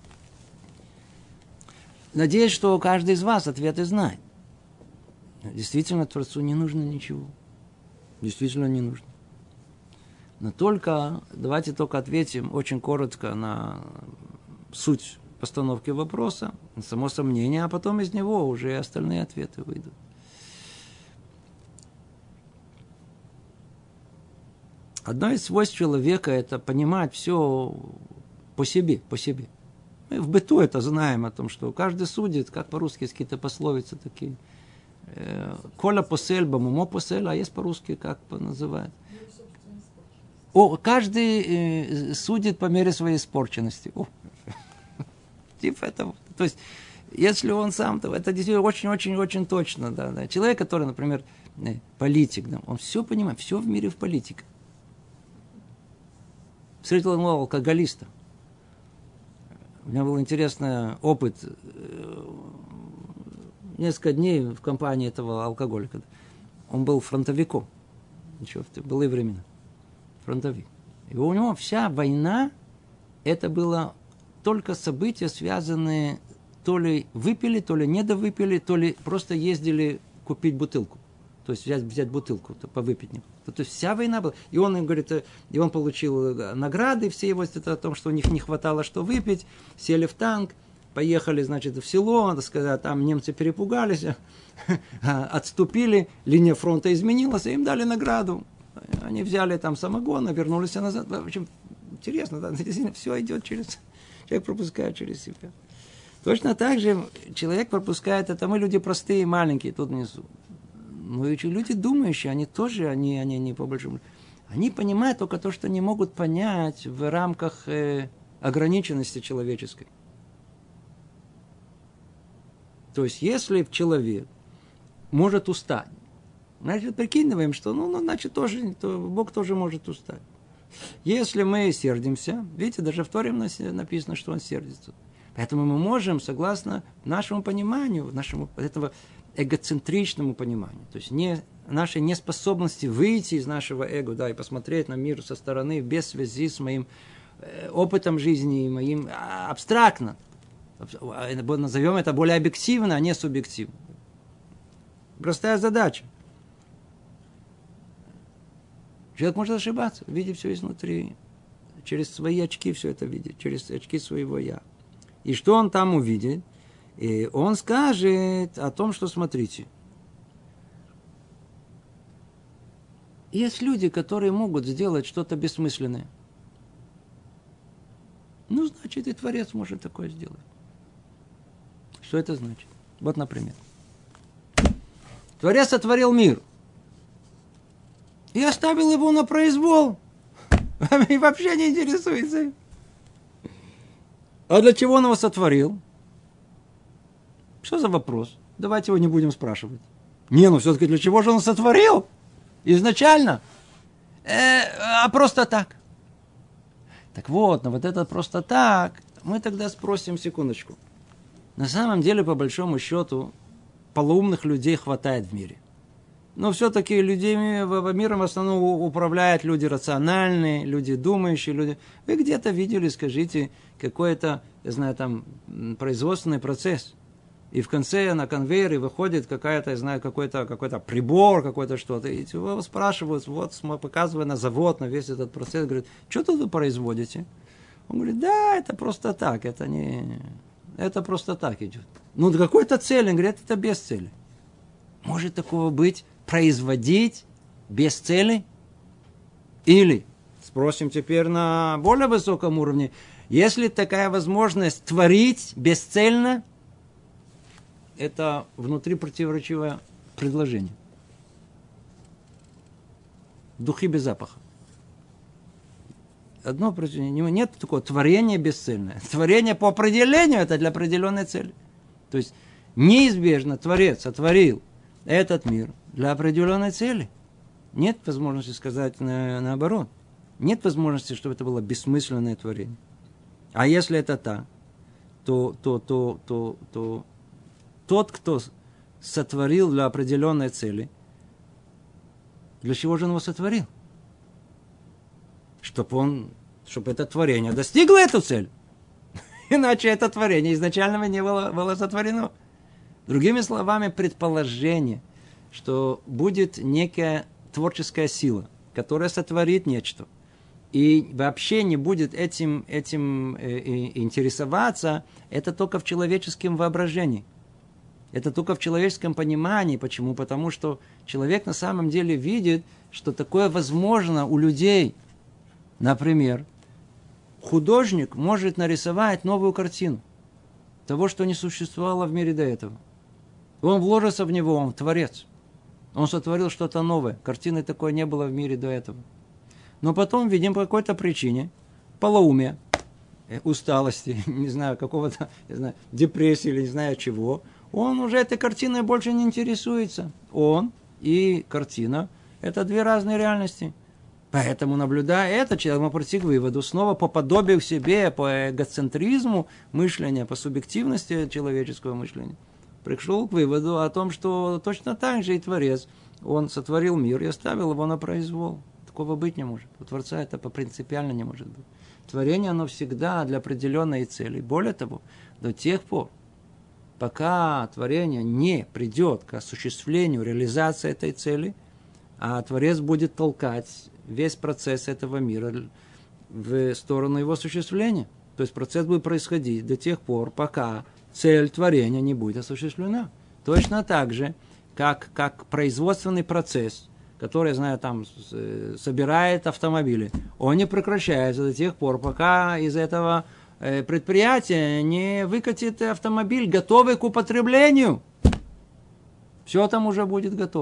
Speaker 1: Надеюсь, что каждый из вас ответы знает. Действительно, Творцу не нужно ничего. Действительно не нужно. Но давайте только ответим очень коротко на суть постановки вопроса, на само сомнение, а потом из него уже и остальные ответы выйдут. Одно из свойств человека – это понимать все по себе. Мы в быту это знаем, о том, что каждый судит, как по-русски есть какие-то пословицы такие. Коля посель, бамумо посель, а есть по-русски, как называют. Каждый судит по мере своей испорченности. Типа этого. То есть, если он сам, то это действительно очень-очень-очень точно. Да. Человек, который, например, политик, да, он все понимает, все в мире в политике. Встретил одного алкоголиста. У меня был интересный опыт. Несколько дней в компании этого алкоголика. Он был фронтовиком. Еще в былые времена. Фронтовик. И у него вся война, это было только события, связанные, то ли выпили, то ли недовыпили, то ли просто ездили купить бутылку. То есть взять бутылку, по выпить. То есть вся война была. И он говорит, и он получил награды, все его о том, что у них не хватало что выпить, сели в танк, поехали, значит, в село, так сказать, там немцы перепугались, отступили, линия фронта изменилась, и им дали награду. Они взяли там самогон, вернулись назад. В общем, интересно, да, все идет через... Человек пропускает через себя. Точно так же человек пропускает, это мы люди простые, маленькие, тут внизу. Но эти люди думающие, они тоже, они по большому... Они понимают только то, что не могут понять в рамках ограниченности человеческой. То есть, если человек может устать, значит, прикидываем, что, значит, тоже, Бог тоже может устать. Если мы сердимся, видите, даже в Торе написано, что он сердится. Поэтому мы можем, согласно нашему пониманию, нашему этого эгоцентричному пониманию, то есть нашей неспособности выйти из нашего эго, да, и посмотреть на мир со стороны без связи с моим опытом жизни, моим абстрактно. Назовем это более объективно, а не субъективно. Простая задача. Человек может ошибаться, видеть все изнутри, через свои очки все это видеть, через очки своего «я». И что он там увидит? И он скажет о том, что, смотрите, есть люди, которые могут сделать что-то бессмысленное. Значит, и Творец может такое сделать. Что это значит? Вот, например. Творец сотворил мир. И оставил его на произвол. И вообще не интересуется им. А для чего он его сотворил? Что за вопрос? Давайте его не будем спрашивать. Все-таки для чего же он сотворил? Изначально. А просто так. Так вот, но вот это просто так. Мы тогда спросим, секундочку. На самом деле, по большому счету, полоумных людей хватает в мире. Но все-таки миром в основном управляют люди рациональные, люди думающие, люди... Вы где-то видели, скажите, какой-то, производственный процесс. И в конце на конвейере выходит какой-то прибор, какой-то что-то. И его спрашивают, показывая на завод, на весь этот процесс, говорят, что тут вы производите? Он говорит, да, это просто так, это просто так идет. До какой-то цели, он говорит, это без цели. Может такого быть? Производить без цели? Или, спросим теперь на более высоком уровне, если такая возможность творить бесцельно, это внутри противоречивое предложение. Духи без запаха. Нет такого творения бесцельное. Творение по определению это для определенной цели. То есть неизбежно Творец сотворил этот мир для определенной цели. Нет возможности сказать наоборот. Нет возможности, чтобы это было бессмысленное творение. А если это так, то тот, кто сотворил для определенной цели, для чего же он его сотворил? Чтобы это творение достигло эту цель. Иначе это творение изначально не было сотворено. Другими словами, предположение, что будет некая творческая сила, которая сотворит нечто, и вообще не будет этим интересоваться, это только в человеческом воображении. Это только в человеческом понимании. Почему? Потому что человек на самом деле видит, что такое возможно у людей. Например, художник может нарисовать новую картину того, что не существовало в мире до этого. Он вложится в него, он творец. Он сотворил что-то новое. Картины такой не было в мире до этого. Но потом, видим, по какой-то причине, полоумия, усталости, какого-то, депрессии или не знаю чего, он уже этой картиной больше не интересуется. Он и картина – это две разные реальности. Поэтому, наблюдая это, человек может прийти к выводу, снова по подобию к себе, по эгоцентризму мышления, по субъективности человеческого мышления, пришел к выводу о том, что точно так же и Творец, он сотворил мир и оставил его на произвол. Такого быть не может. У Творца это принципиально не может быть. Творение, оно всегда для определенной цели. Более того, до тех пор, пока творение не придет к осуществлению, реализации этой цели, а Творец будет толкать весь процесс этого мира в сторону его осуществления. То есть процесс будет происходить до тех пор, пока цель творения не будет осуществлена. Точно так же, как производственный процесс, который, собирает автомобили, он не прекращается до тех пор, пока из этого предприятие не выкатит автомобиль, готовый к употреблению. Все там уже будет готово.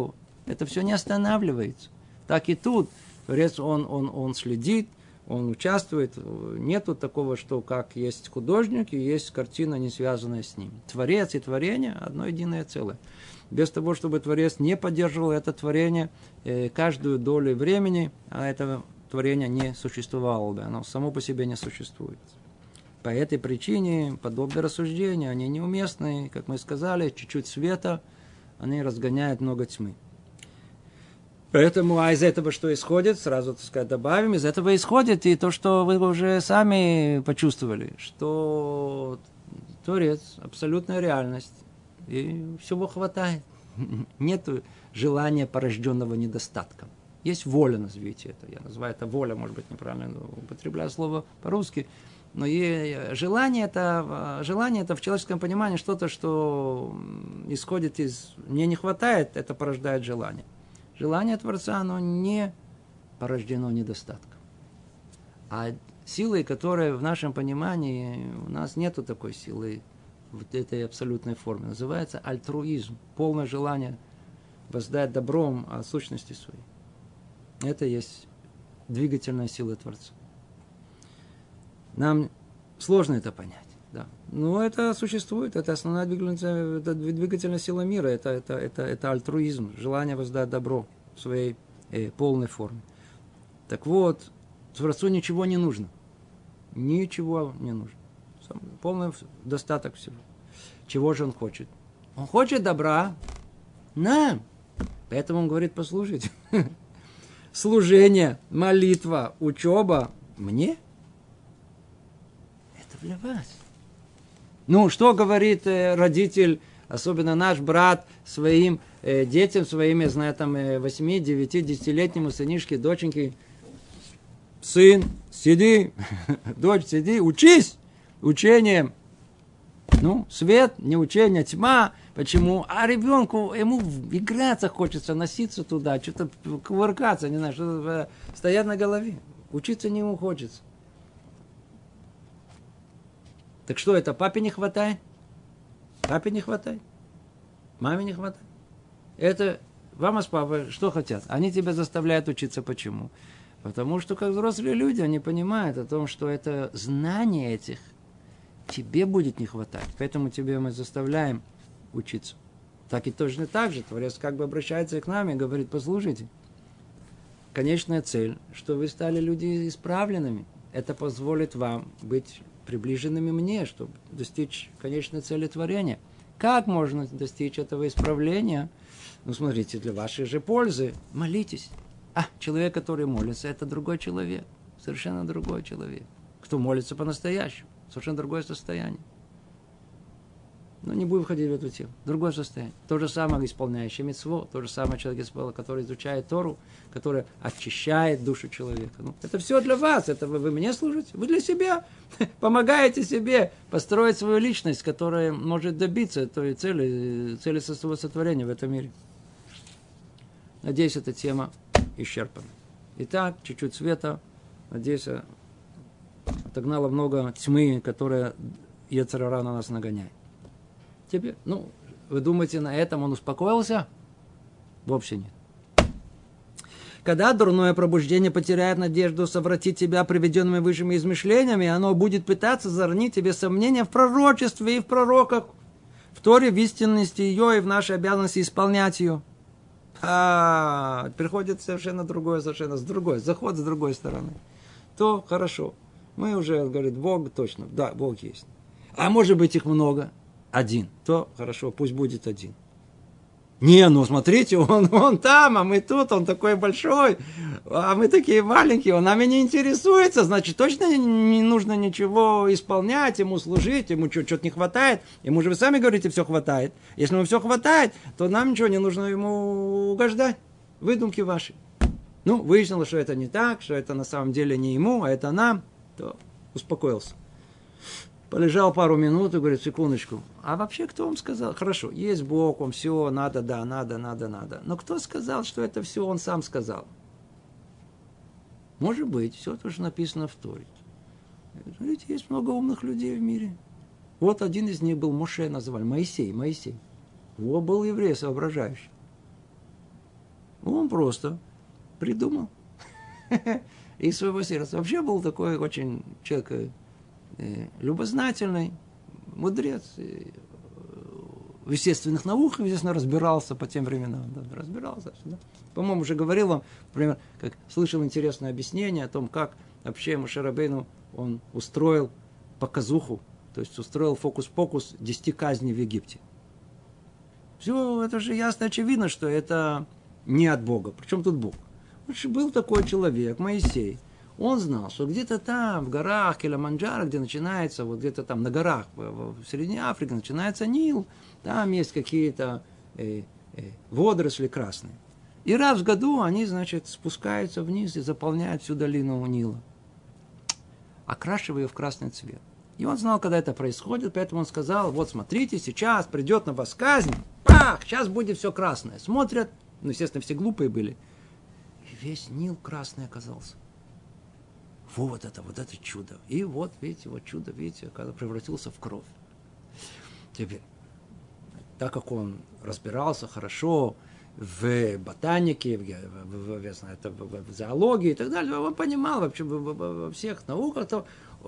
Speaker 1: Это все не останавливается. Так и тут. Творец, он следит, он участвует. Нету такого, что как есть художник и есть картина, не связанная с ним. Творец и творение – одно единое целое. Без того, чтобы Творец не поддерживал это творение каждую долю времени, а это творение не существовало бы. Оно само по себе не существует. По этой причине подобные рассуждения, они неуместны. Как мы сказали, чуть-чуть света, они разгоняют много тьмы. Поэтому, а из этого что исходит, сразу, так сказать, добавим, из этого исходит и то, что вы уже сами почувствовали, что Творец, абсолютная реальность, и всего хватает. Нет желания, порожденного недостатком. Есть воля, назовите это. Я называю это воля, может быть, неправильно употребляю слово по-русски. Но желание это в человеческом понимании что-то, что исходит из... Мне не хватает, это порождает желание. Желание Творца, оно не порождено недостатком. А силой, которая в нашем понимании, у нас нету такой силы в этой абсолютной форме. Называется альтруизм. Полное желание воздать добром о сущности своей. Это есть двигательная сила Творца. Нам сложно это понять. Да. Но это существует, это основная двигательная сила мира, это альтруизм, желание воздать добро в своей полной форме. Так вот, Творцу ничего не нужно. Ничего не нужно. Полный достаток всего. Чего же он хочет? Он хочет добра нам. Поэтому он говорит, послушайте. Служение, молитва, учеба мне? Это для вас. Ну, что говорит родитель, особенно наш брат, своим детям, своим, я знаю, там, 8, 9, 10-летнему сынишке, доченьке? Сын, сиди, дочь, сиди, учись учением. Ну, свет, не учение, тьма. Почему? А ребенку, ему играться хочется, носиться туда, что-то кувыркаться, не знаю, что-то стоять на голове. Учиться не ему хочется. Так что это, папе не хватает? Папе не хватает? Маме не хватает? Это мама с папой что хотят? Они тебя заставляют учиться. Почему? Потому что, как взрослые люди, они понимают о том, что это знание этих тебе будет не хватать. Поэтому тебе мы заставляем учиться. Так и точно так же. Творец как бы обращается к нам и говорит, послушайте, конечная цель, что вы стали люди исправленными. Это позволит вам быть приближенными мне, чтобы достичь конечной цели творения. Как можно достичь этого исправления? Ну, смотрите, для вашей же пользы молитесь. А человек, который молится, это другой человек. Совершенно другой человек. Кто молится по-настоящему. Совершенно другое состояние. Но не будем входить в эту тему. Другое состояние. То же самое исполняющий мицвот, то же самое человек, который изучает Тору, который очищает душу человека. Ну, это все для вас. Это вы мне служите. Вы для себя помогаете себе построить свою личность, которая может добиться той цели своего сотворения в этом мире. Надеюсь, эта тема исчерпана. Итак, чуть-чуть света. Надеюсь, отогнала много тьмы, которая йецер ара на нас нагоняет. Теперь, ну, вы думаете, на этом он успокоился? Вовсе нет. Когда дурное пробуждение потеряет надежду совратить тебя приведенными высшими измышлениями, оно будет пытаться зарнить тебе сомнения в пророчестве и в пророках, в Торе, в истинности ее и в нашей обязанности исполнять ее. Приходит совершенно другой, заход с другой стороны. То хорошо. Мы уже, говорит, Бог точно. Да, Бог есть. А может быть их много? Один. То хорошо, пусть будет один. Не, ну смотрите, он там, а мы тут, он такой большой, а мы такие маленькие, он нами не интересуется, значит, точно не нужно ничего исполнять, ему служить, ему что-то не хватает. Ему же вы сами говорите, все хватает. Если ему все хватает, то нам ничего не нужно ему угождать. Выдумки ваши. Ну, выяснилось, что это не так, что это на самом деле не ему, а это нам, то успокоился. Полежал пару минут и говорит, секундочку, а вообще кто вам сказал? Хорошо, есть Бог, он все, надо. Но кто сказал, что это все он сам сказал? Может быть, все то, что написано в Торе. Смотрите, есть много умных людей в мире. Вот один из них был Моше, называли, Моисей. Он был еврей, соображающий. Он просто придумал из своего сердца. Вообще был такой очень человек любознательный, мудрец, в естественных науках, естественно, разбирался по тем временам. Да, разбирался. Да. По-моему, уже говорил вам, например, как слышал интересное объяснение о том, как вообще Моше Рабейну он устроил показуху, то есть устроил фокус-покус 10 казней в Египте. Все, это же ясно, очевидно, что это не от Бога. Причем тут Бог? Был такой человек, Моисей. Он знал, что где-то там, в горах Килиманджаро, где начинается, вот где-то там на горах, в Средней Африке начинается Нил, там есть какие-то водоросли красные. И раз в году они, значит, спускаются вниз и заполняют всю долину Нила, окрашивая ее в красный цвет. И он знал, когда это происходит, поэтому он сказал, вот смотрите, сейчас придет на вас казнь, пах, сейчас будет все красное. Смотрят, ну, естественно, все глупые были, и весь Нил красный оказался. Вот это чудо. И вот, видите, вот чудо, видите, когда превратился в кровь. Теперь, так как он разбирался хорошо в ботанике, в зоологии и так далее, он понимал вообще во всех науках, то,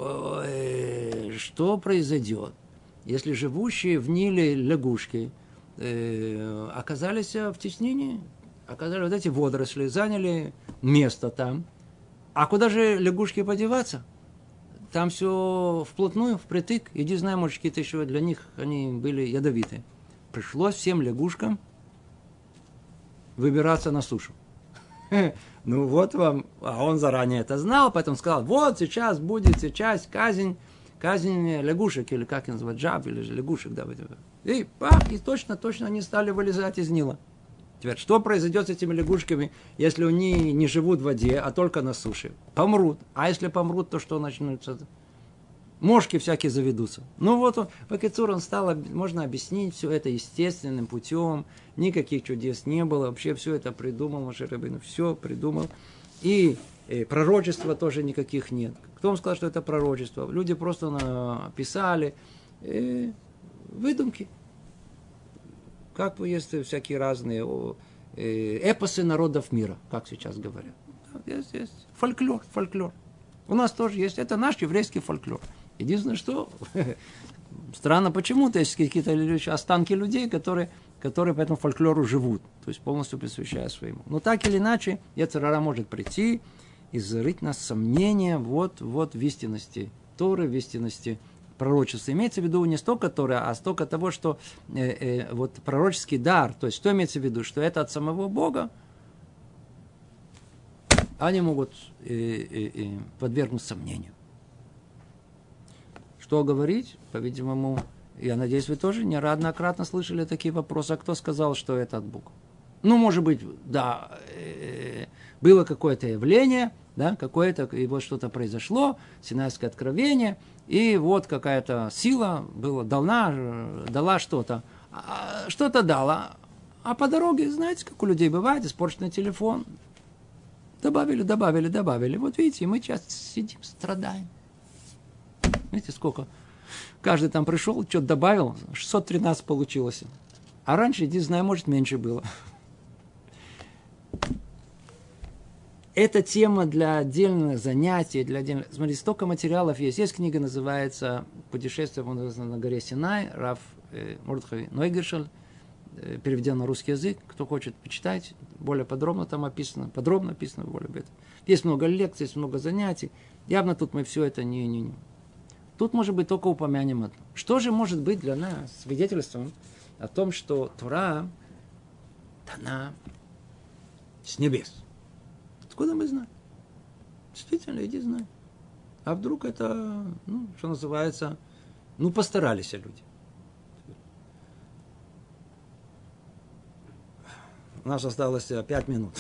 Speaker 1: что произойдет, если живущие в Ниле лягушки оказались в теснении, оказались вот эти водоросли, заняли место там. А куда же лягушки подеваться? Там все вплотную, впритык. Иди знай, может, какие-то еще для них они были ядовитые. Пришлось всем лягушкам выбираться на сушу. Ну вот вам, а он заранее это знал, поэтому сказал, вот сейчас будет казнь лягушек, или как их называют, жаб, или же лягушек. Да, и пах, и точно они стали вылезать из Нила. Теперь, что произойдет с этими лягушками, если они не живут в воде, а только на суше? Помрут. А если помрут, то что начнется? Мошки всякие заведутся. Ну вот, он стал, можно объяснить все это естественным путем, никаких чудес не было, вообще все это придумал Моше Рабейну, все придумал. И пророчества тоже никаких нет. Кто вам сказал, что это пророчество? Люди просто написали выдумки. Как есть всякие разные эпосы народов мира, как сейчас говорят. Есть фольклор. У нас тоже есть. Это наш еврейский фольклор. Единственное, что странно почему-то есть какие-то останки людей, которые по этому фольклору живут, то есть полностью посвящая своему. Но так или иначе, йецер ара может прийти и зарыть нас сомнения вот в истинности Торы, в истинности пророчества. Имеется в виду не столько Торы, а столько того, что вот пророческий дар, то есть что имеется в виду, что это от самого Бога, они могут подвергнуть сомнению. Что говорить? По-видимому, я надеюсь, вы тоже неоднократно слышали такие вопросы. А кто сказал, что это от Бога? Ну, может быть, да, было какое-то явление, да, какое-то, и вот что-то произошло, Синайское откровение, и вот какая-то сила была дала что-то. Что-то дала. А по дороге, знаете, как у людей бывает, испорченный телефон. Добавили. Вот видите, мы сейчас сидим, страдаем. Видите, сколько? Каждый там пришел, что-то добавил, 613 получилось. А раньше, не знаю, может, меньше было. Это тема для отдельных занятий, Смотрите, столько материалов есть. Есть книга, называется «Путешествие на горе Синай», Рав Мордхай Нойгершель, переведен на русский язык. Кто хочет почитать, более подробно там описано. Подробно описано более об этом. Есть много лекций, есть много занятий. Явно тут мы все это не. Тут, может быть, только упомянем это. Что же может быть для нас свидетельством о том, что Тора дана с небес? Откуда мы знаем? Действительно, иди знай. А вдруг это, что называется, постарались люди. У нас осталось 5 минут.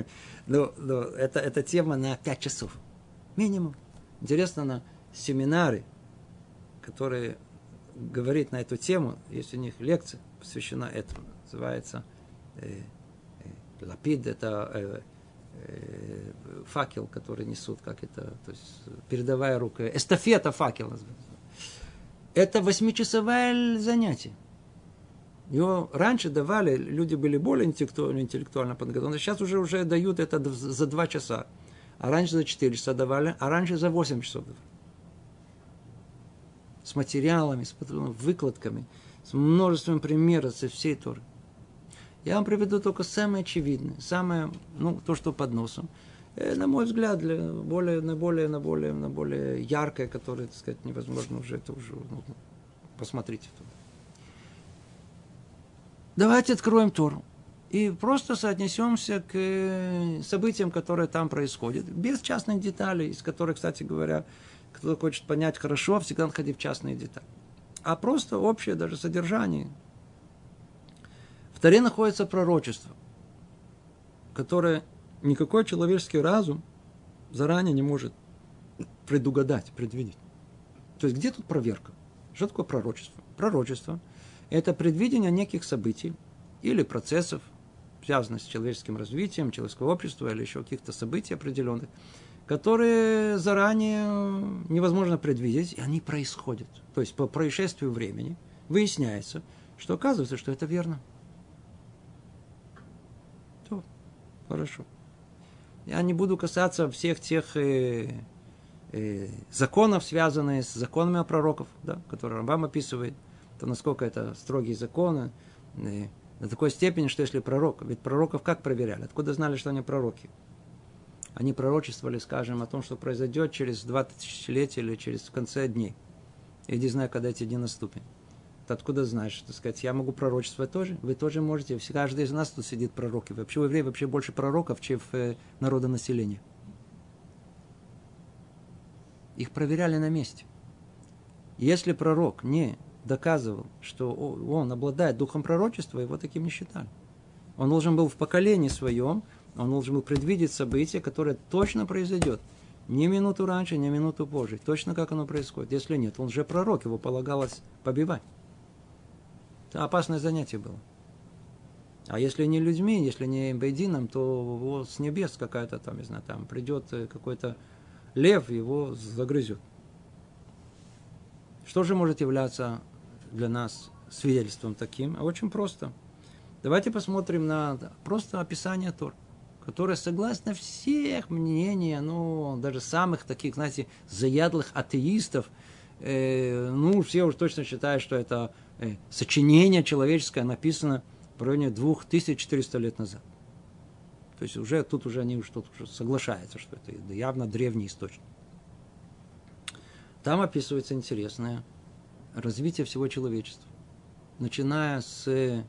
Speaker 1: Это тема на 5 часов. Минимум. Интересно, на семинары, которые говорят на эту тему, есть у них лекция, посвящена этому. Называется лапид, это факел, который несут, как это, то есть передовая рука, эстафета факел называется. Это 8-часовое занятие. Его раньше давали, люди были более интеллектуально подготовлены, сейчас уже дают это за 2 часа. А раньше за 4 часа давали, а раньше за 8 часов давали. С материалами, с выкладками, с множеством примеров со всей Торы. Я вам приведу только самое очевидное, самое, то, что под носом. На мой взгляд, более яркое, которое, так сказать, невозможно уже, это уже, посмотрите туда. Давайте откроем Тору и просто соотнесемся к событиям, которые там происходят, без частных деталей, из которых, кстати говоря, кто хочет понять хорошо, всегда находить в частные детали. А просто общее даже содержание. В Торе находится пророчество, которое никакой человеческий разум заранее не может предугадать, предвидеть. То есть где тут проверка? Что такое пророчество? Пророчество – это предвидение неких событий или процессов, связанных с человеческим развитием, человеческого общества или еще каких-то событий определенных, которые заранее невозможно предвидеть, и они происходят. То есть по происшествию времени выясняется, что оказывается, что это верно. То, хорошо. Я не буду касаться всех тех законов, связанных с законами о пророков, да, которые Рамбам описывает, то насколько это строгие законы, до такой степени, что если пророк, ведь пророков как проверяли? Откуда знали, что они пророки? Они пророчествовали, скажем, о том, что произойдет через 20 тысячелетия или через конце дней. Я не знаю, когда эти дни наступят. Ты откуда знаешь, так сказать, я могу пророчествовать тоже? Вы тоже можете. Каждый из нас тут сидит пророки. Вообще у евреев вообще больше пророков, чем в народонаселении. Их проверяли на месте. Если пророк не доказывал, что он обладает духом пророчества, его таким не считали. Он должен был в поколении своем, он должен был предвидеть событие, которое точно произойдет. Ни минуту раньше, ни минуту позже. Точно как оно происходит. Если нет, он же пророк, его полагалось побивать. Это опасное занятие было. А если не людьми, если не бейдином, то с небес какая-то там, не знаю, там придет какой-то лев, его загрызет. Что же может являться для нас свидетельством таким? А очень просто. Давайте посмотрим на просто описание Тор, которое согласно всех мнений, даже самых таких, знаете, заядлых атеистов, все уж точно считают, что это сочинение человеческое написано в районе 2400 лет назад. То есть тут уже они уже соглашаются, что это явно древний источник. Там описывается интересное развитие всего человечества. Начиная с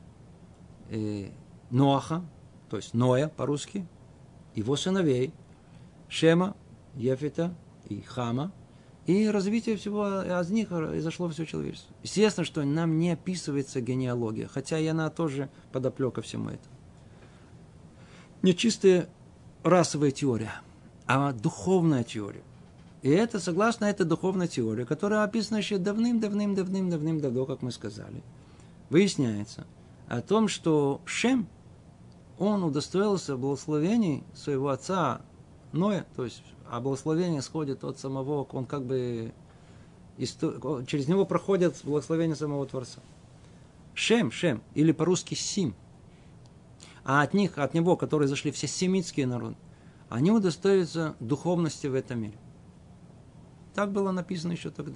Speaker 1: Ноаха, то есть Ноя по-русски, его сыновей, Шема, Ефета и Хама, и развитие всего, из них изошло все человечество. Естественно, что нам не описывается генеалогия, хотя и она тоже подоплека всему этому. Не чистая расовая теория, а духовная теория. И это, согласно этой духовной теории, которая описана еще давным-давно, как мы сказали, выясняется о том, что Шем, он удостоился благословений своего отца Ноя, то есть, а благословение исходит от самого, он как бы, через него проходят благословения самого Творца. Шем, или по-русски Сим, а от него, которые зашли все семитские народы, они удостоятся духовности в этом мире. Так было написано еще тогда.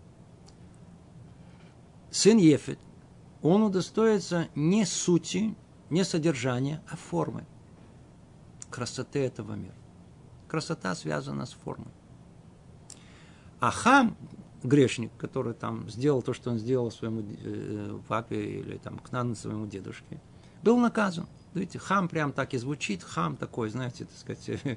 Speaker 1: Сын Ефет, он удостоится не сути, не содержания, а формы. Красоты этого мира. Красота связана с формой. А Хам, грешник, который там сделал то, что он сделал своему папе или там Кнану, своему дедушке, был наказан. Видите, Хам прям так и звучит. Хам такой, знаете, так сказать,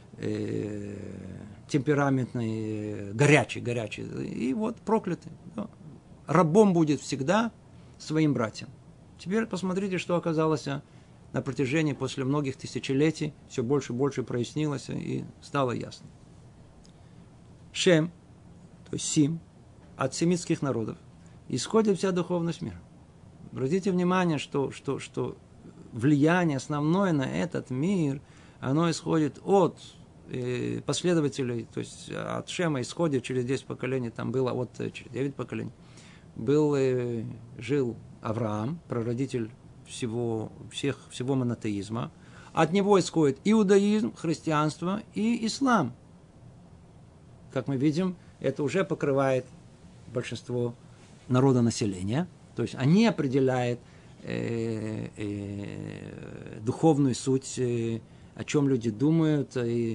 Speaker 1: темпераментный, горячий. И вот проклятый. Да. Рабом будет всегда своим братьям. Теперь посмотрите, что оказалось на протяжении, после многих тысячелетий, все больше и больше прояснилось и стало ясно. Шем, то есть Сим, от семитских народов, исходит вся духовность мира. Обратите внимание, что влияние основное на этот мир, оно исходит от последователей, то есть от Шема исходит через 10 поколений, там было через 9 поколений. жил Авраам, прародитель всего монотеизма. От него исходит иудаизм, христианство и ислам. Как мы видим, это уже покрывает большинство народонаселения. То есть они определяют духовную суть, о чем люди думают,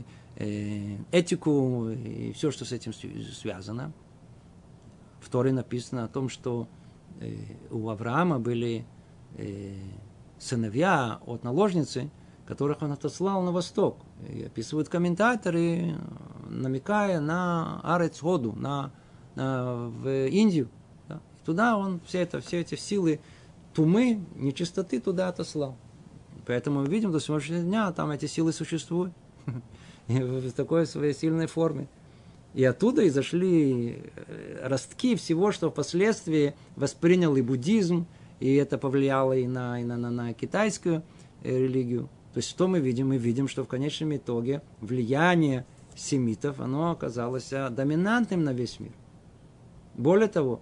Speaker 1: этику и все, что с этим связано. В Торе написано о том, что у Авраама были сыновья от наложницы, которых он отослал на восток. И описывают комментаторы, намекая на Арец Ходу, в Индию. Да? И туда он все эти силы тумы, нечистоты туда отослал. Поэтому мы видим, до сегодняшнего дня там эти силы существуют. В такой своей сильной форме. И оттуда изошли ростки всего, что впоследствии воспринял и буддизм, и это повлияло и на китайскую религию. То есть что мы видим? Мы видим, что в конечном итоге влияние семитов, оно оказалось доминантным на весь мир. Более того,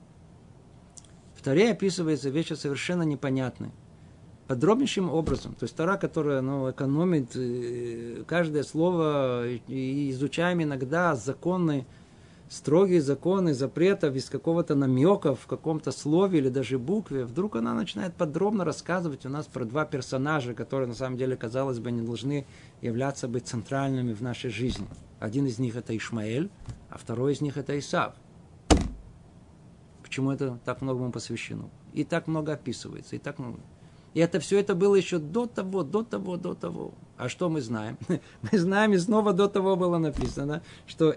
Speaker 1: в Торе описывается вещи совершенно непонятные. Подробнейшим образом. То есть Тора, которая экономит каждое слово и изучаем иногда законы, строгие законы запретов из какого-то намека в каком-то слове или даже букве, вдруг она начинает подробно рассказывать у нас про два персонажа, которые на самом деле, казалось бы, не должны являться быть центральными в нашей жизни. Один из них это Ишмаэль, а второй из них это Исав. Почему это так многому посвящено? И так много описывается, и так много. И это все это было еще до того. А что мы знаем? Мы знаем, и снова до того было написано, что от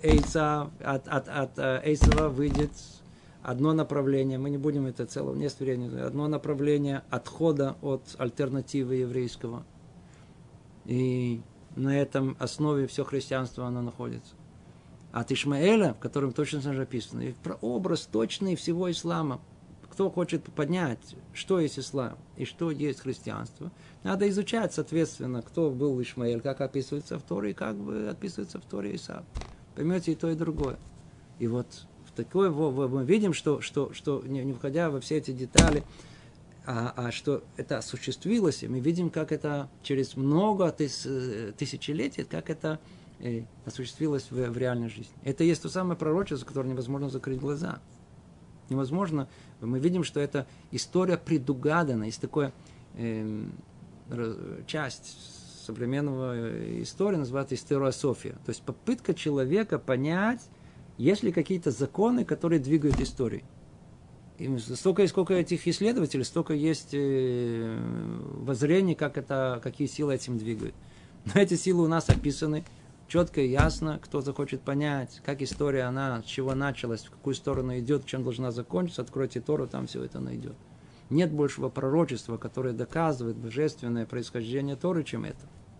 Speaker 1: Эйсава выйдет одно направление. Мы не будем это целого, нет времени. Одно направление отхода от альтернативы еврейского. И на этом основе все христианство оно находится. От Ишмаэля, в котором точно написано, и прообраз точный всего ислама. Кто хочет понять, что есть ислам и что есть христианство, надо изучать, соответственно, кто был Ишмаэль, как описывается в Торе, и как бы описывается в Торе Исав. Поймете и то, и другое. И вот в такое мы видим, что не входя во все эти детали, что это осуществилось, и мы видим, как это через много тысячелетий, как это осуществилось в реальной жизни. Это есть то самое пророчество, за которое невозможно закрыть глаза. Невозможно. Мы видим, что это история предугадана. Есть такая часть современного истории, называется историософия. То есть попытка человека понять, есть ли какие-то законы, которые двигают историей. И сколько этих исследователей, столько есть воззрений, какие силы этим двигают. Но эти силы у нас описаны четко и ясно, кто захочет понять, как история, она, с чего началась, в какую сторону идет, чем должна закончиться, откройте Тору, там все это найдет. Нет большего пророчества, которое доказывает божественное происхождение Торы, чем это.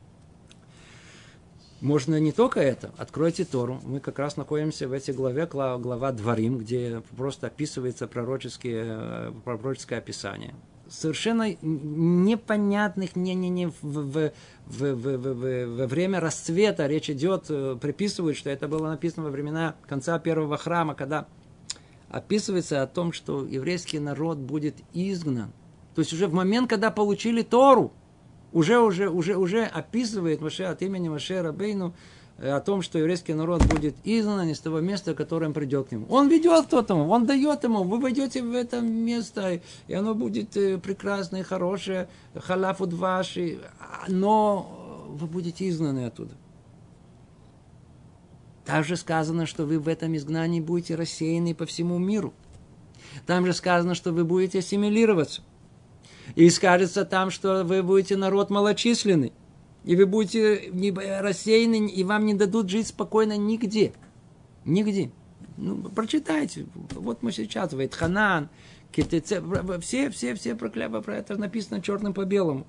Speaker 1: Можно не только это, откройте Тору. Мы как раз находимся в этой главе, глава Дворим, где просто описывается пророческое описание. Совершенно непонятных во время расцвета речь идет, приписывают, что это было написано во времена конца первого храма, когда описывается о том, что еврейский народ будет изгнан. То есть уже в момент, когда получили Тору, уже описывает Моше от имени Моше Рабейну о том, что еврейский народ будет изгнан из того места, которое придет к нему. Он ведет к этому, он дает ему, вы войдете в это место, и оно будет прекрасное, хорошее, халафу дваши, но вы будете изгнаны оттуда. Также сказано, что вы в этом изгнании будете рассеяны по всему миру. Там же сказано, что вы будете ассимилироваться. И скажется там, что вы будете народ малочисленный. И вы будете рассеяны, и вам не дадут жить спокойно нигде. Нигде. Прочитайте. Вот мы сейчас, Вайтханан, все проклятия, про это написано черным по белому.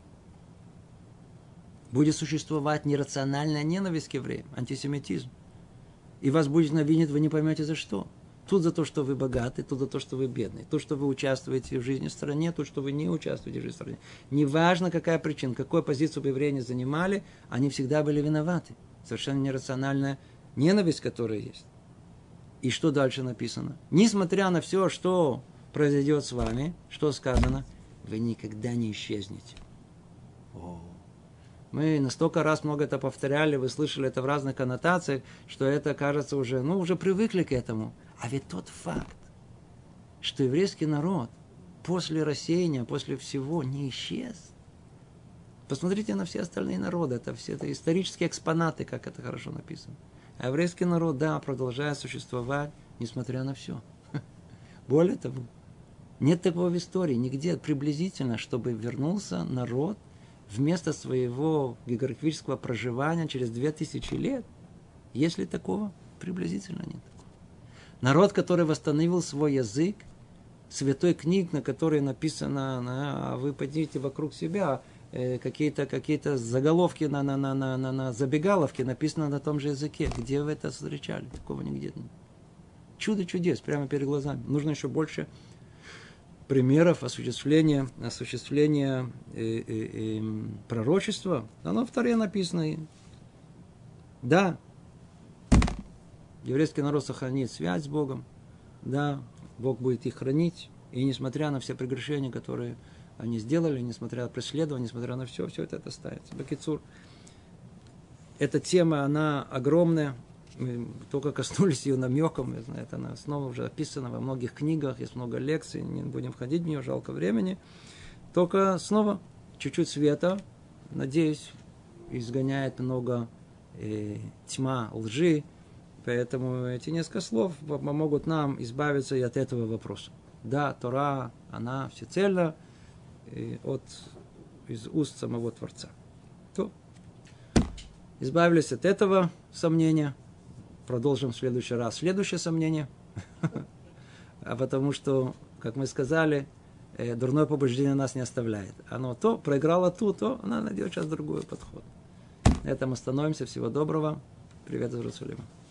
Speaker 1: Будет существовать нерациональная ненависть к евреям, антисемитизм. И вас будет ненавидеть, вы не поймете за что. Тут за то, что вы богаты, тут за то, что вы бедны. Тут, что вы участвуете в жизни в стране, тут, что вы не участвуете в жизни в стране. Неважно, какая причина, какую позицию бы евреи не занимали, они всегда были виноваты. Совершенно нерациональная ненависть, которая есть. И что дальше написано? Несмотря на все, что произойдет с вами, что сказано? Вы никогда не исчезнете. Мы настолько раз много это повторяли, вы слышали это в разных коннотациях, что это кажется уже, уже привыкли к этому. А ведь тот факт, что еврейский народ после рассеяния, после всего не исчез. Посмотрите на все остальные народы, это исторические экспонаты, как это хорошо написано. А еврейский народ, да, продолжает существовать, несмотря на все. Более того, нет такого в истории, нигде приблизительно, чтобы вернулся народ вместо своего географического проживания через 2000 лет. Есть ли такого? Приблизительно нет такого. Народ, который восстановил свой язык, святой книг, на которой написано, а вы пойдите вокруг себя, какие-то заголовки на забегаловке написано на том же языке. Где вы это встречали? Такого нигде нет. Чудо чудес прямо перед глазами. Нужно еще больше примеров осуществления пророчества. Оно в Торе написано. Да, еврейский народ сохранит связь с Богом. Да, Бог будет их хранить. И несмотря на все прегрешения, которые они сделали, несмотря на преследование, несмотря на все это останется. Бакицур. Эта тема, она огромная. Мы только коснулись ее намеком. Это она снова уже описана во многих книгах, есть много лекций, не будем входить в нее, жалко времени. Только снова чуть-чуть света, надеюсь, изгоняет много тьма, лжи. Поэтому эти несколько слов помогут нам избавиться и от этого вопроса. Да, Тора, она всецельно из уст самого Творца. То избавились от этого сомнения. Продолжим в следующий раз. Следующее сомнение. А потому что, как мы сказали, дурное побуждение нас не оставляет. Оно то проиграло то она найдет сейчас другой подход. На этом остановимся. Всего доброго. Привет из Иерусалима.